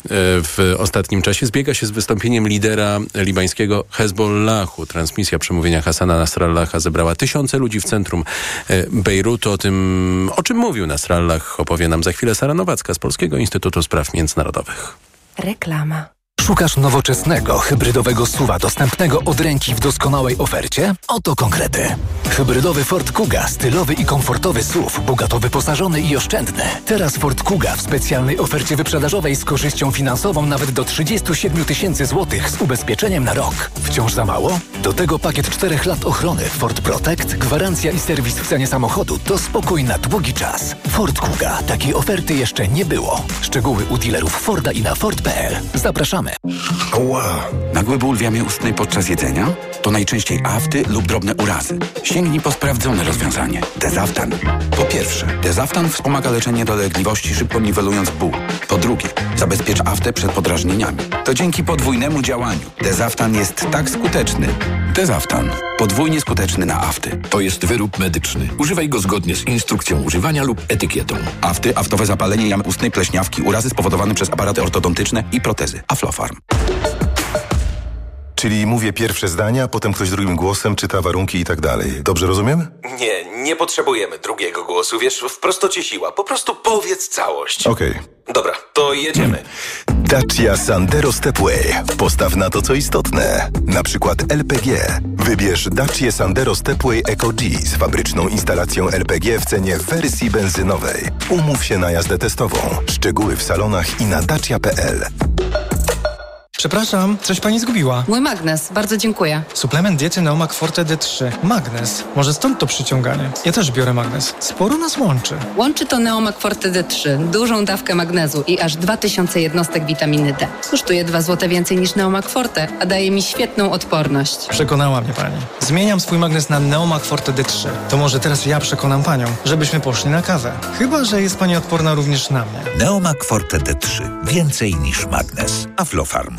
w ostatnim czasie, zbiega się z wystąpieniem lidera libańskiego Hezbollahu. Transmisja przemówienia Hassana Nasrallaha zebrała tysiące ludzi w centrum Bejrutu. O tym, o czym mówił Nasrallah, opowie nam za chwilę Sara Nowacka z Polskiego Instytutu Spraw Międzynarodowych. Reklama. Szukasz nowoczesnego, hybrydowego suwa dostępnego od ręki w doskonałej ofercie? Oto konkrety. Hybrydowy Ford Kuga, stylowy i komfortowy S U V, bogato wyposażony i oszczędny. Teraz Ford Kuga w specjalnej ofercie wyprzedażowej z korzyścią finansową nawet do trzydzieści siedem tysięcy złotych z ubezpieczeniem na rok. Wciąż za mało? Do tego pakiet czterech lat ochrony Ford Protect, gwarancja i serwis w cenie samochodu to spokój na długi czas. Ford Kuga. Takiej oferty jeszcze nie było. Szczegóły u dealerów Forda i na Ford kropka p l. Zapraszamy. Ła, nagły ból w jamie ustnej podczas jedzenia? To najczęściej afty lub drobne urazy. Sięgnij po sprawdzone rozwiązanie. Dezaftan. Po pierwsze, Dezaftan wspomaga leczenie dolegliwości, szybko niwelując ból. Po drugie, zabezpiecz aftę przed podrażnieniami. To dzięki podwójnemu działaniu. Dezaftan jest tak skuteczny. Dezaftan. Podwójnie skuteczny na afty. To jest wyrób medyczny. Używaj go zgodnie z instrukcją używania lub etykietą. Afty, aftowe zapalenie jamy ustnej, pleśniawki, urazy spowodowane przez aparaty ortodontyczne i protezy. Aflofarm. Czyli mówię pierwsze zdania, potem ktoś drugim głosem czyta warunki i tak dalej. Dobrze rozumiem? Nie, nie potrzebujemy drugiego głosu. Wiesz, w prostocie siła. Po prostu powiedz całość. Okej. Okay. Dobra, to jedziemy. Dacia Sandero Stepway. Postaw na to, co istotne. Na przykład L P G. Wybierz Dacia Sandero Stepway Eco G z fabryczną instalacją L P G w cenie wersji benzynowej. Umów się na jazdę testową. Szczegóły w salonach i na dacia kropka p l. Przepraszam, coś pani zgubiła. Mój magnes, bardzo dziękuję. Suplement diety Neomak Forte D trzy. Magnes. Może stąd to przyciąganie. Ja też biorę magnes. Sporo nas łączy. Łączy to Neomak Forte D trzy. Dużą dawkę magnezu i aż dwa tysiące jednostek witaminy D. Kosztuje dwa złote więcej niż Neomak Forte, a daje mi świetną odporność. Przekonała mnie pani. Zmieniam swój magnes na Neomak Forte D trzy. To może teraz ja przekonam panią, żebyśmy poszli na kawę. Chyba że jest pani odporna również na mnie. Neomak Forte D trzy. Więcej niż magnes. Aflofarm.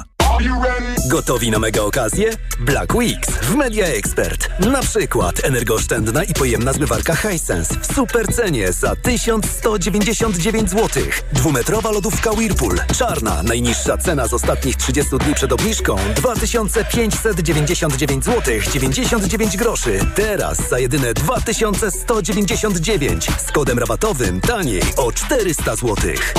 Gotowi na mega okazję? Black Weeks w Media Expert. Na przykład energooszczędna i pojemna zmywarka Hisense w super cenie za tysiąc sto dziewięćdziesiąt dziewięć złotych. Dwumetrowa lodówka Whirlpool. Czarna. Najniższa cena z ostatnich trzydziestu dni przed obniżką dwa tysiące pięćset dziewięćdziesiąt dziewięć złotych dziewięćdziesiąt dziewięć groszy. Teraz za jedyne dwa tysiące sto dziewięćdziesiąt dziewięć. Z kodem rabatowym taniej o czterysta złotych.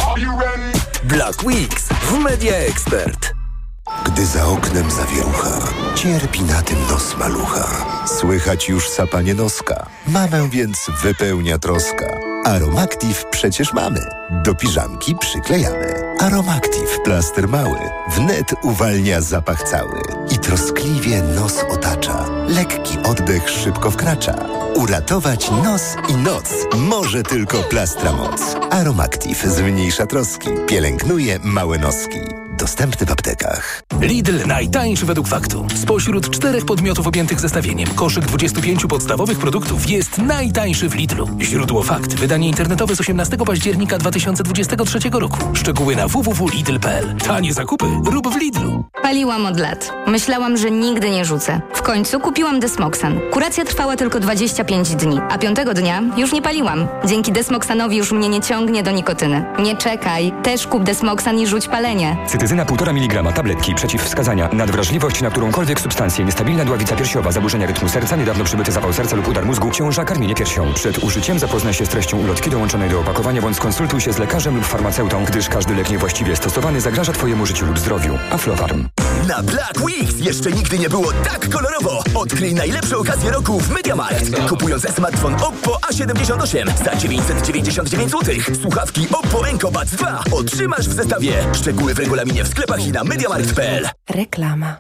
Black Weeks w Media Expert. Gdy za oknem zawierucha, cierpi na tym nos malucha. Słychać już sapanie noska. Mamę więc wypełnia troska. Aromactive przecież mamy. Do piżamki przyklejamy. Aromactive, plaster mały. Wnet uwalnia zapach cały. I troskliwie nos otacza. Lekki oddech szybko wkracza. Uratować nos i noc może tylko plastra moc. Aromactive zmniejsza troski. Pielęgnuje małe noski. Dostępny w aptekach. Lidl najtańszy według faktu. Spośród czterech podmiotów objętych zestawieniem koszyk dwudziestu pięciu podstawowych produktów jest najtańszy w Lidlu. Źródło Fakt. Wydanie internetowe z osiemnastego października dwa tysiące dwudziestego trzeciego roku. Szczegóły na w w w kropka lidl kropka p l. Tanie zakupy rób w Lidlu. Paliłam od lat. Myślałam, że nigdy nie rzucę. W końcu kupiłam Desmoxan. Kuracja trwała tylko dwadzieścia dwadzieścia pięć dni, a piątego dnia już nie paliłam. Dzięki Desmoxanowi już mnie nie ciągnie do nikotyny. Nie czekaj, też kup Desmoxan i rzuć palenie. Cytyzyna półtora miligrama, tabletki, przeciwwskazania, nadwrażliwość na którąkolwiek substancję, niestabilna dławica piersiowa, zaburzenia rytmu serca, niedawno przybyty zapał serca lub udar mózgu, ciąża, karmienie piersią. Przed użyciem zapoznaj się z treścią ulotki dołączonej do opakowania bądź skonsultuj się z lekarzem lub farmaceutą, gdyż każdy lek niewłaściwie stosowany zagraża Twojemu życiu lub zdrowiu. Aflofarm. Na Black Weeks jeszcze nigdy nie było tak kolorowo. Odkryj najlepsze okazje roku w MediaMarkt. Kupując smartfon Oppo A siedemdziesiąt osiem za dziewięćset dziewięćdziesiąt dziewięć złotych, słuchawki Oppo Enco Buds dwa otrzymasz w zestawie. Szczegóły w regulaminie w sklepach i na mediamarkt kropka p l. Reklama.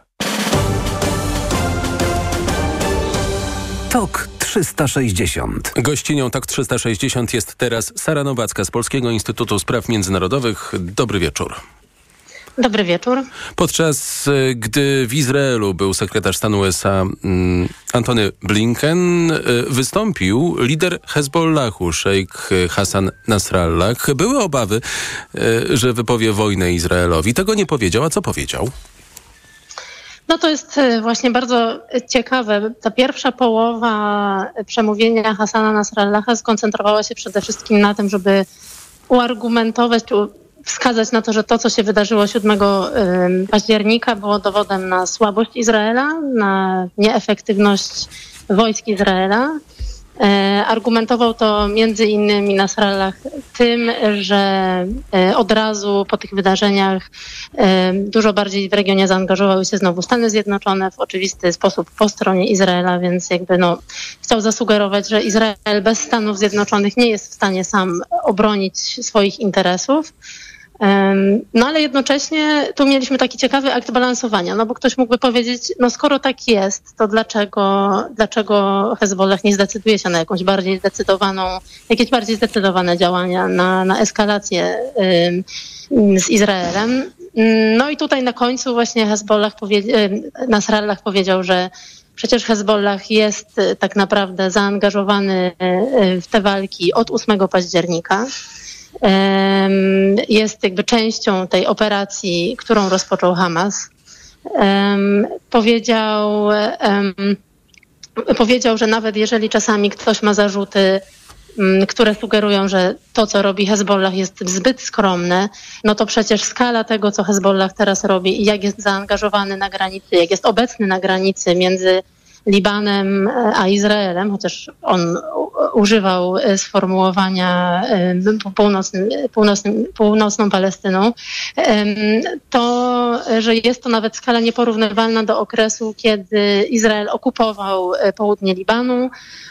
Tok trzysta sześćdziesiąt. Gościnią Tok trzysta sześćdziesiąt jest teraz Sara Nowacka z Polskiego Instytutu Spraw Międzynarodowych. Dobry wieczór. Dobry wieczór. Podczas gdy w Izraelu był sekretarz stanu U S A mm, Antony Blinken, wystąpił lider Hezbollahu, szejk Hassan Nasrallah. Były obawy, że wypowie wojnę Izraelowi. Tego nie powiedział, a co powiedział? No to jest właśnie bardzo ciekawe. Ta pierwsza połowa przemówienia Hassana Nasrallaha skoncentrowała się przede wszystkim na tym, żeby uargumentować, wskazać na to, że to, co się wydarzyło siódmego października, było dowodem na słabość Izraela, na nieefektywność wojsk Izraela. Argumentował to między innymi Nasrallah tym, że od razu po tych wydarzeniach dużo bardziej w regionie zaangażowały się znowu Stany Zjednoczone w oczywisty sposób po stronie Izraela, więc jakby no, chciał zasugerować, że Izrael bez Stanów Zjednoczonych nie jest w stanie sam obronić swoich interesów. No ale jednocześnie tu mieliśmy taki ciekawy akt balansowania, no bo ktoś mógłby powiedzieć, no skoro tak jest, to dlaczego, dlaczego Hezbollah nie zdecyduje się na jakąś bardziej zdecydowaną, jakieś bardziej zdecydowane działania, na, na eskalację ym, z Izraelem. No i tutaj na końcu właśnie Hezbollah powie- Nasrallah powiedział, że przecież Hezbollah jest tak naprawdę zaangażowany w te walki od ósmego października. Jest jakby częścią tej operacji, którą rozpoczął Hamas. Powiedział, powiedział, że nawet jeżeli czasami ktoś ma zarzuty, które sugerują, że to, co robi Hezbollah jest zbyt skromne, no to przecież skala tego, co Hezbollah teraz robi i jak jest zaangażowany na granicy, jak jest obecny na granicy między Libanem a Izraelem, chociaż on używał sformułowania północnym, północnym, północną Palestyną, to, że jest to nawet skala nieporównywalna do okresu, kiedy Izrael okupował południe Libanu.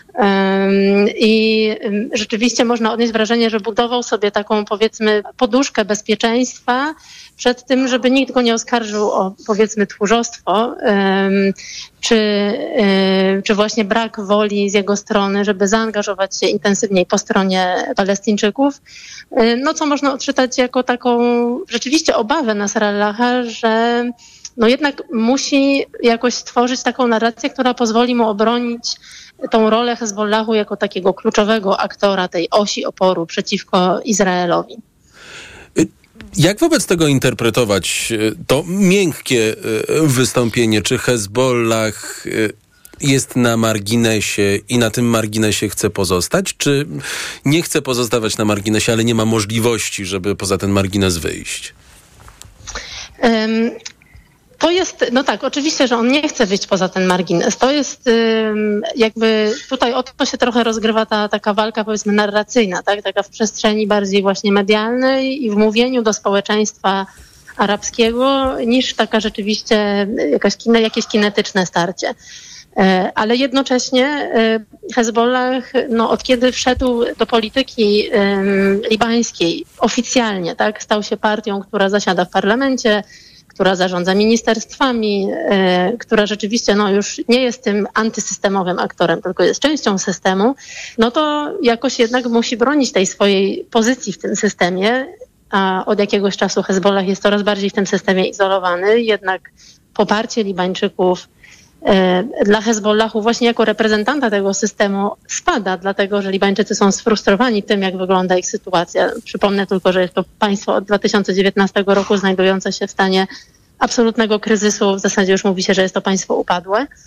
I rzeczywiście można odnieść wrażenie, że budował sobie taką, powiedzmy, poduszkę bezpieczeństwa przed tym, żeby nikt go nie oskarżył o, powiedzmy, tchórzostwo, czy, czy właśnie brak woli z jego strony, żeby zaangażować się intensywniej po stronie Palestyńczyków, no co można odczytać jako taką rzeczywiście obawę Nasrallaha, że no jednak musi jakoś stworzyć taką narrację, która pozwoli mu obronić tą rolę Hezbollahu jako takiego kluczowego aktora tej osi oporu przeciwko Izraelowi. Jak wobec tego interpretować to miękkie wystąpienie? Czy Hezbollah jest na marginesie i na tym marginesie chce pozostać? Czy nie chce pozostawać na marginesie, ale nie ma możliwości, żeby poza ten margines wyjść? Um. To jest, no tak, oczywiście, że on nie chce wyjść poza ten margines. To jest jakby, tutaj o to się trochę rozgrywa ta taka walka, powiedzmy, narracyjna, tak? Taka w przestrzeni bardziej właśnie medialnej i w mówieniu do społeczeństwa arabskiego, niż taka rzeczywiście jakaś kine, jakieś kinetyczne starcie. Ale jednocześnie Hezbollah, no, od kiedy wszedł do polityki um, libańskiej oficjalnie, tak, stał się partią, która zasiada w parlamencie, która zarządza ministerstwami, y, która rzeczywiście no, już nie jest tym antysystemowym aktorem, tylko jest częścią systemu, no to jakoś jednak musi bronić tej swojej pozycji w tym systemie, a od jakiegoś czasu Hezbollah jest coraz bardziej w tym systemie izolowany, jednak poparcie Libańczyków y, dla Hezbollahu właśnie jako reprezentanta tego systemu spada, dlatego że Libańczycy są sfrustrowani tym, jak wygląda ich sytuacja. Przypomnę tylko, że jest to państwo od dwa tysiące dziewiętnastego roku znajdujące się w stanie absolutnego kryzysu. W zasadzie już mówi się, że jest to państwo upadłe.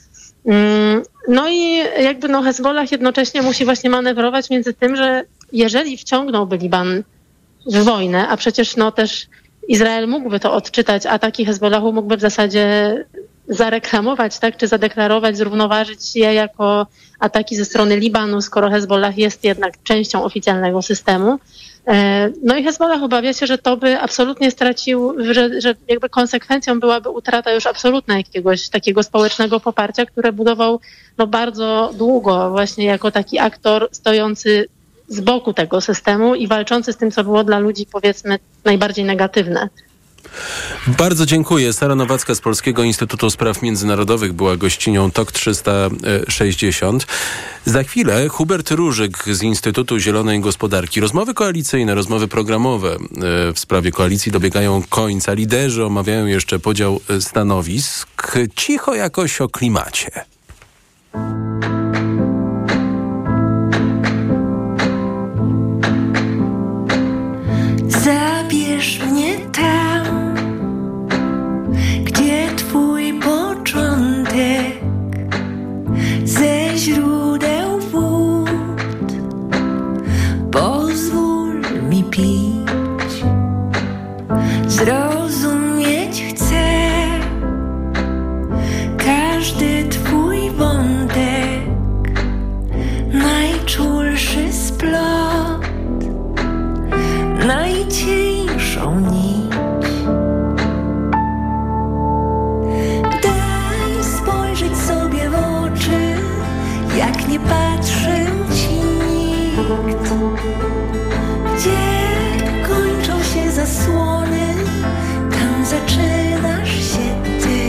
No i jakby no Hezbollah jednocześnie musi właśnie manewrować między tym, że jeżeli wciągnąłby Liban w wojnę, a przecież no też Izrael mógłby to odczytać, ataki Hezbollahu mógłby w zasadzie zareklamować, tak, czy zadeklarować, zrównoważyć je jako ataki ze strony Libanu, skoro Hezbollah jest jednak częścią oficjalnego systemu. No i Hezbollah obawia się, że to by absolutnie stracił, że, że jakby konsekwencją byłaby utrata już absolutna jakiegoś takiego społecznego poparcia, które budował no bardzo długo właśnie jako taki aktor stojący z boku tego systemu i walczący z tym, co było dla ludzi powiedzmy najbardziej negatywne. Bardzo dziękuję. Sara Nowacka z Polskiego Instytutu Spraw Międzynarodowych była gościnią Tok trzysta sześćdziesiąt. Za chwilę Hubert Różyk z Instytutu Zielonej Gospodarki. Rozmowy koalicyjne, rozmowy programowe w sprawie koalicji dobiegają końca. Liderzy omawiają jeszcze podział stanowisk. Cicho jakoś o klimacie. Zabierz mnie tam, gdzie twój początek, ze źródeł wód. Pozwól mi pić, zrozumieć chcę każdy twój wątek, najczulszy splot, najcieńszą nić. Daj spojrzeć sobie w oczy, jak nie patrzył ci nikt. Gdzie kończą się zasłony, tam zaczynasz się ty.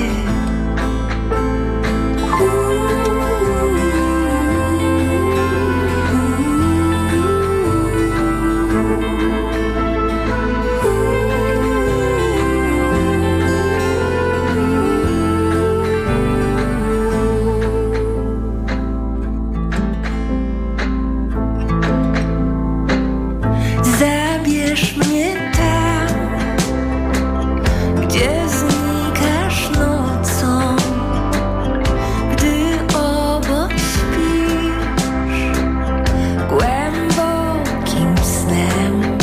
Zabierz mnie tam, gdzie znikasz nocą, gdy obok śpisz głębokim snem.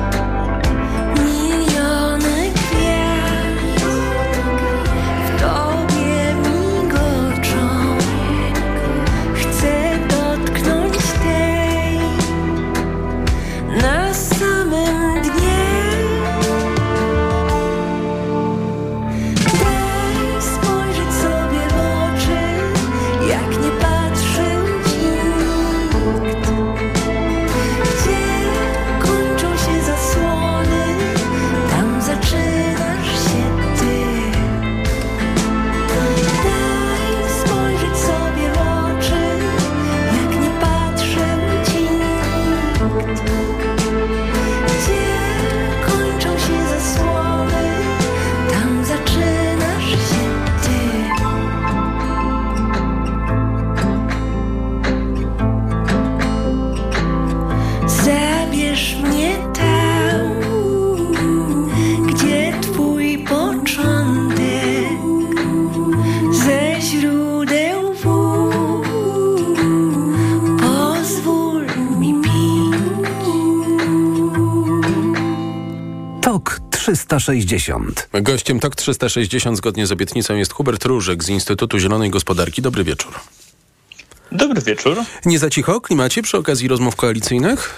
Miliony gwiazd w tobie migoczą, chcę dotknąć tej na samym dnie. Daj spojrzeć sobie w oczy, jak nie patrzył ci nikt. Gdzie kończą się zasłony, tam zaczynasz się ty. Daj spojrzeć sobie w oczy, jak nie patrzył ci nikt. Gdzie kończą się zasłony, tam zaczynasz się ty. Zabierz mnie tam, gdzie twój początek, ze źródeł wód. Pozwól mi pić. Tok trzysta sześćdziesiąt. Gościem Tok trzysta sześćdziesiąt zgodnie z obietnicą jest Hubert Różyk z Instytutu Zielonej Gospodarki. Dobry wieczór. Dobry wieczór. Nie za cicho o klimacie przy okazji rozmów koalicyjnych?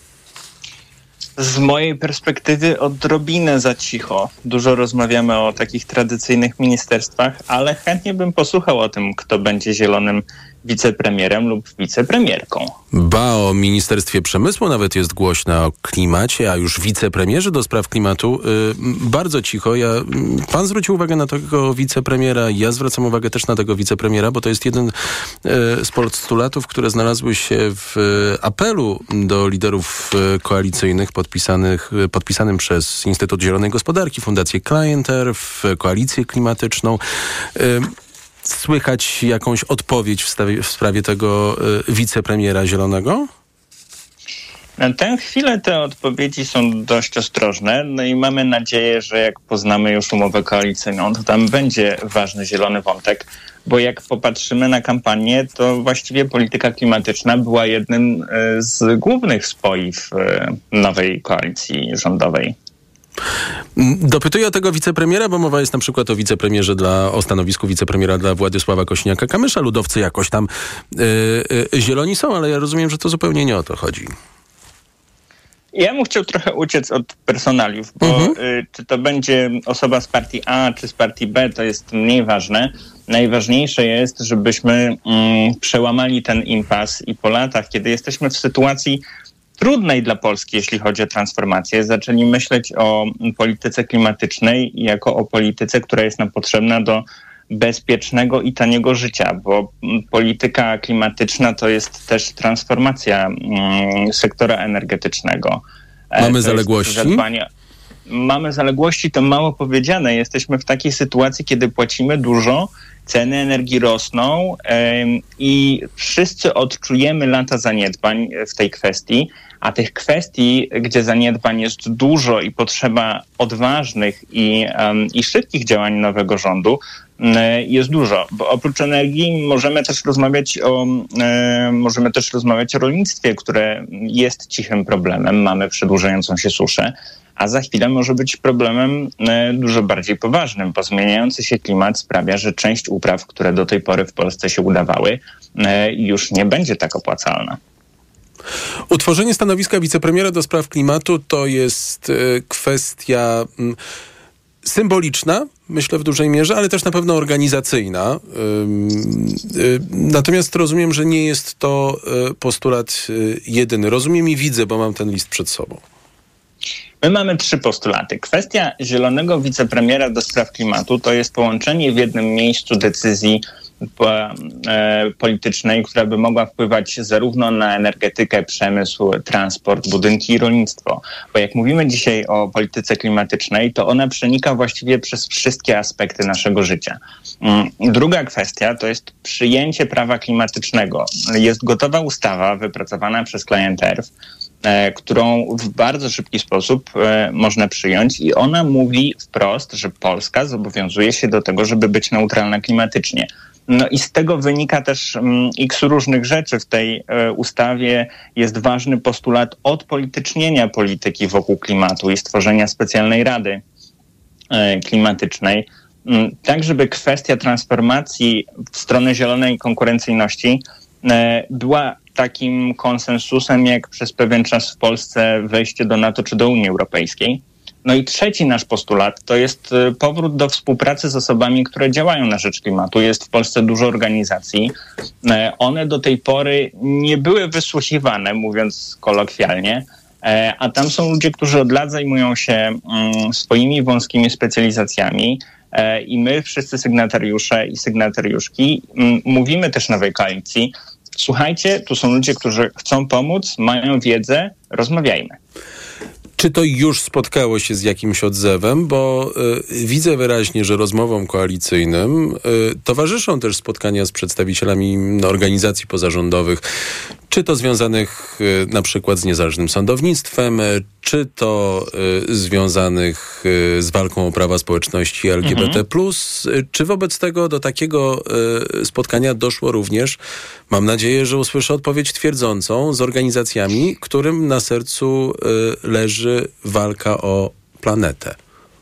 Z mojej perspektywy odrobinę za cicho. Dużo rozmawiamy o takich tradycyjnych ministerstwach, ale chętnie bym posłuchał o tym, kto będzie zielonym wicepremierem lub wicepremierką. Ba, o Ministerstwie Przemysłu nawet jest głośno o klimacie, a już wicepremierzy do spraw klimatu yy, bardzo cicho. Ja, pan zwrócił uwagę na tego wicepremiera, ja zwracam uwagę też na tego wicepremiera, bo to jest jeden yy, z postulatów, które znalazły się w yy, apelu do liderów yy, koalicyjnych podpisanych, yy, podpisanym przez Instytut Zielonej Gospodarki, Fundację Clienter, w Koalicję Klimatyczną. Yy, Słychać jakąś odpowiedź w, stawie, w sprawie tego y, wicepremiera zielonego? Na tę chwilę te odpowiedzi są dość ostrożne, no i mamy nadzieję, że jak poznamy już umowę koalicyjną, to tam będzie ważny zielony wątek, bo jak popatrzymy na kampanię, to właściwie polityka klimatyczna była jednym z głównych spoiw nowej koalicji rządowej. Dopytuję o tego wicepremiera, bo mowa jest na przykład o wicepremierze dla, o stanowisku wicepremiera dla Władysława Kosiniaka-Kamysza. Ludowcy jakoś tam yy, yy, zieloni są, ale ja rozumiem, że to zupełnie nie o to chodzi. Ja bym chciał trochę uciec od personaliów, bo mhm. y, czy to będzie osoba z partii A, czy z partii B, to jest mniej ważne. Najważniejsze jest, żebyśmy mm, przełamali ten impas i po latach, kiedy jesteśmy w sytuacji trudnej dla Polski, jeśli chodzi o transformację, zaczęli myśleć o polityce klimatycznej jako o polityce, która jest nam potrzebna do bezpiecznego i taniego życia, bo polityka klimatyczna to jest też transformacja mm, sektora energetycznego. Mamy to zaległości? Zadbanie... Mamy zaległości, to mało powiedziane. Jesteśmy w takiej sytuacji, kiedy płacimy dużo, ceny energii rosną ym, i wszyscy odczujemy lata zaniedbań w tej kwestii, a tych kwestii, gdzie zaniedbań jest dużo i potrzeba odważnych i, um, i szybkich działań nowego rządu, jest dużo, bo oprócz energii możemy też rozmawiać o e, możemy też rozmawiać o rolnictwie, które jest cichym problemem. Mamy przedłużającą się suszę, a za chwilę może być problemem e, dużo bardziej poważnym, bo zmieniający się klimat sprawia, że część upraw, które do tej pory w Polsce się udawały, e, już nie będzie tak opłacalna. Utworzenie stanowiska wicepremiera do spraw klimatu to jest e, kwestia m, symboliczna, myślę w dużej mierze, ale też na pewno organizacyjna. Natomiast rozumiem, że nie jest to postulat jedyny. Rozumiem i widzę, bo mam ten list przed sobą. My mamy trzy postulaty. Kwestia zielonego wicepremiera do spraw klimatu to jest połączenie w jednym miejscu decyzji politycznej, która by mogła wpływać zarówno na energetykę, przemysł, transport, budynki i rolnictwo. Bo jak mówimy dzisiaj o polityce klimatycznej, to ona przenika właściwie przez wszystkie aspekty naszego życia. Druga kwestia to jest przyjęcie prawa klimatycznego. Jest gotowa ustawa wypracowana przez Client Earth, którą w bardzo szybki sposób można przyjąć i ona mówi wprost, że Polska zobowiązuje się do tego, żeby być neutralna klimatycznie. No i z tego wynika też um, x różnych rzeczy. W tej e, ustawie jest ważny postulat odpolitycznienia polityki wokół klimatu i stworzenia specjalnej rady e, klimatycznej, m, tak żeby kwestia transformacji w stronę zielonej konkurencyjności e, była takim konsensusem jak przez pewien czas w Polsce wejście do NATO czy do Unii Europejskiej. No i trzeci nasz postulat to jest powrót do współpracy z osobami, które działają na rzecz klimatu. Jest w Polsce dużo organizacji. One do tej pory nie były wysłuchiwane, mówiąc kolokwialnie, a tam są ludzie, którzy od lat zajmują się swoimi wąskimi specjalizacjami i my, wszyscy sygnatariusze i sygnatariuszki, mówimy też nowej koalicji: słuchajcie, tu są ludzie, którzy chcą pomóc, mają wiedzę, rozmawiajmy. Czy to już spotkało się z jakimś odzewem? Bo y, widzę wyraźnie, że rozmowom koalicyjnym y, towarzyszą też spotkania z przedstawicielami no, organizacji pozarządowych, czy to związanych y, na przykład z niezależnym sądownictwem, y, czy to y, związanych y, z walką o prawa społeczności L G B T plus. Mhm. Y, czy wobec tego do takiego y, spotkania doszło również, mam nadzieję, że usłyszę odpowiedź twierdzącą, z organizacjami, którym na sercu y, leży walka o planetę?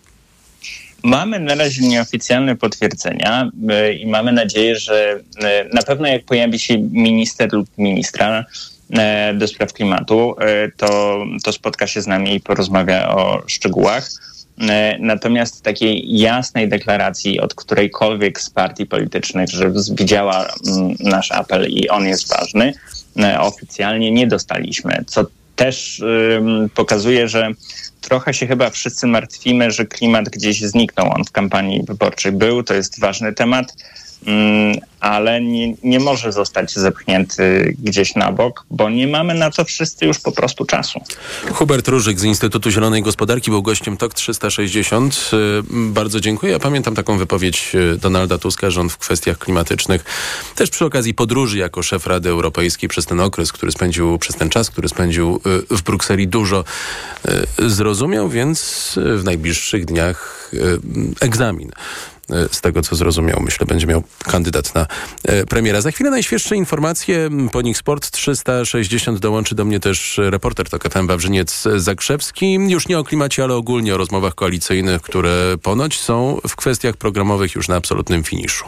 Mamy na razie nieoficjalne potwierdzenia yy, i mamy nadzieję, że yy, na pewno jak pojawi się minister lub ministra yy, do spraw klimatu, yy, to, to spotka się z nami i porozmawia o szczegółach. Yy, natomiast takiej jasnej deklaracji od którejkolwiek z partii politycznych, że widziała yy, nasz apel i on jest ważny, yy, oficjalnie nie dostaliśmy, co też yy, pokazuje, że trochę się chyba wszyscy martwimy, że klimat gdzieś zniknął. On w kampanii wyborczej był, to jest ważny temat, ale nie, nie może zostać zepchnięty gdzieś na bok, bo nie mamy na to wszyscy już po prostu czasu. Hubert Różyk z Instytutu Zielonej Gospodarki był gościem T O K trzysta sześćdziesiąt. Bardzo dziękuję. Ja pamiętam taką wypowiedź Donalda Tuska, że on w kwestiach klimatycznych, też przy okazji podróży jako szef Rady Europejskiej przez ten okres, który spędził, przez ten czas, który spędził w Brukseli, dużo zrozumiał, więc w najbliższych dniach egzamin. Z tego, co zrozumiał, myślę, będzie miał kandydat na e, premiera. Za chwilę najświeższe informacje. Po nich Sport trzysta sześćdziesiąt dołączy do mnie też reporter T O K F M Wawrzyniec Zakrzewski. Już nie o klimacie, ale ogólnie o rozmowach koalicyjnych, które ponoć są w kwestiach programowych już na absolutnym finiszu.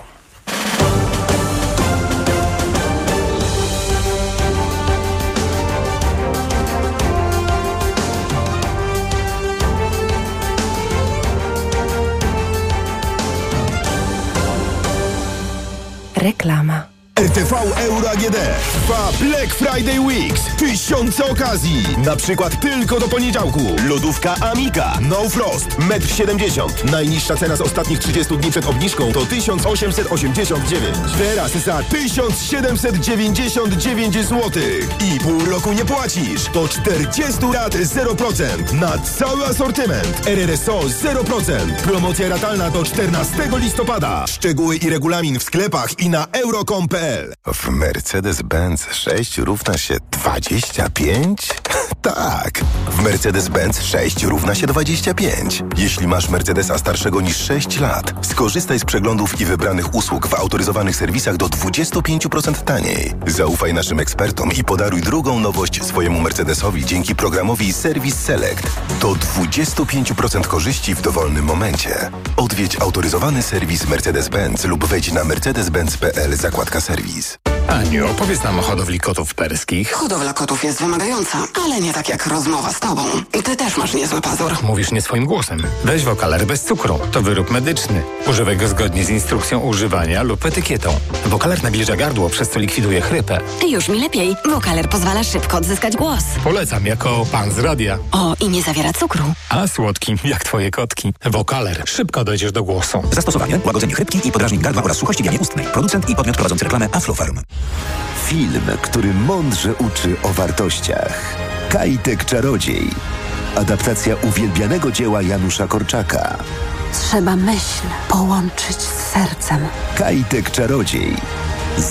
Reklama. R T V Euro A G D trwa Black Friday Weeks. Tysiące okazji. Na przykład tylko do poniedziałku. Lodówka Amiga No Frost metr siedemdziesiąt. Najniższa cena z ostatnich trzydziestu dni przed obniżką to tysiąc osiemset osiemdziesiąt dziewięć. Teraz za tysiąc siedemset dziewięćdziesiąt dziewięć złotych. I pół roku nie płacisz. To czterdzieści rat zero procent. Na cały asortyment. R R S O zero procent. Promocja ratalna do czternastego listopada. Szczegóły i regulamin w sklepach i na euro kropka com kropka p l. W Mercedes-Benz sześć równa się dwadzieścia pięć? Tak, w Mercedes-Benz sześć równa się dwadzieścia pięć. Jeśli masz Mercedesa starszego niż sześć lat, skorzystaj z przeglądów i wybranych usług w autoryzowanych serwisach do dwadzieścia pięć procent taniej. Zaufaj naszym ekspertom i podaruj drugą nowość swojemu Mercedesowi dzięki programowi Service Select. Do dwadzieścia pięć procent korzyści w dowolnym momencie. Odwiedź autoryzowany serwis Mercedes-Benz lub wejdź na mercedes benz kropka p l zakładka serwis. Aniu, opowiedz nam o hodowli kotów perskich. Hodowla kotów jest wymagająca, ale nie tak jak rozmowa z tobą. Ty też masz niezły pazur. Mówisz nie swoim głosem. Weź Wokaler bez cukru. To wyrób medyczny. Używaj go zgodnie z instrukcją używania lub etykietą. Wokaler nabliża gardło, przez co likwiduje chrypę. Już mi lepiej. Wokaler pozwala szybko odzyskać głos. Polecam jako pan z radia. O, i nie zawiera cukru. A słodki, jak twoje kotki. Wokaler. Szybko dojdziesz do głosu. Zastosowanie: łagodzenie chrypki i podrażnień gardła oraz suchości w jamie ustnej. Producent i podmiot prowadzący reklamę Aflofarm. Film, który mądrze uczy o wartościach. Kajtek Czarodziej. Adaptacja uwielbianego dzieła Janusza Korczaka. Trzeba myśl połączyć z sercem. Kajtek Czarodziej.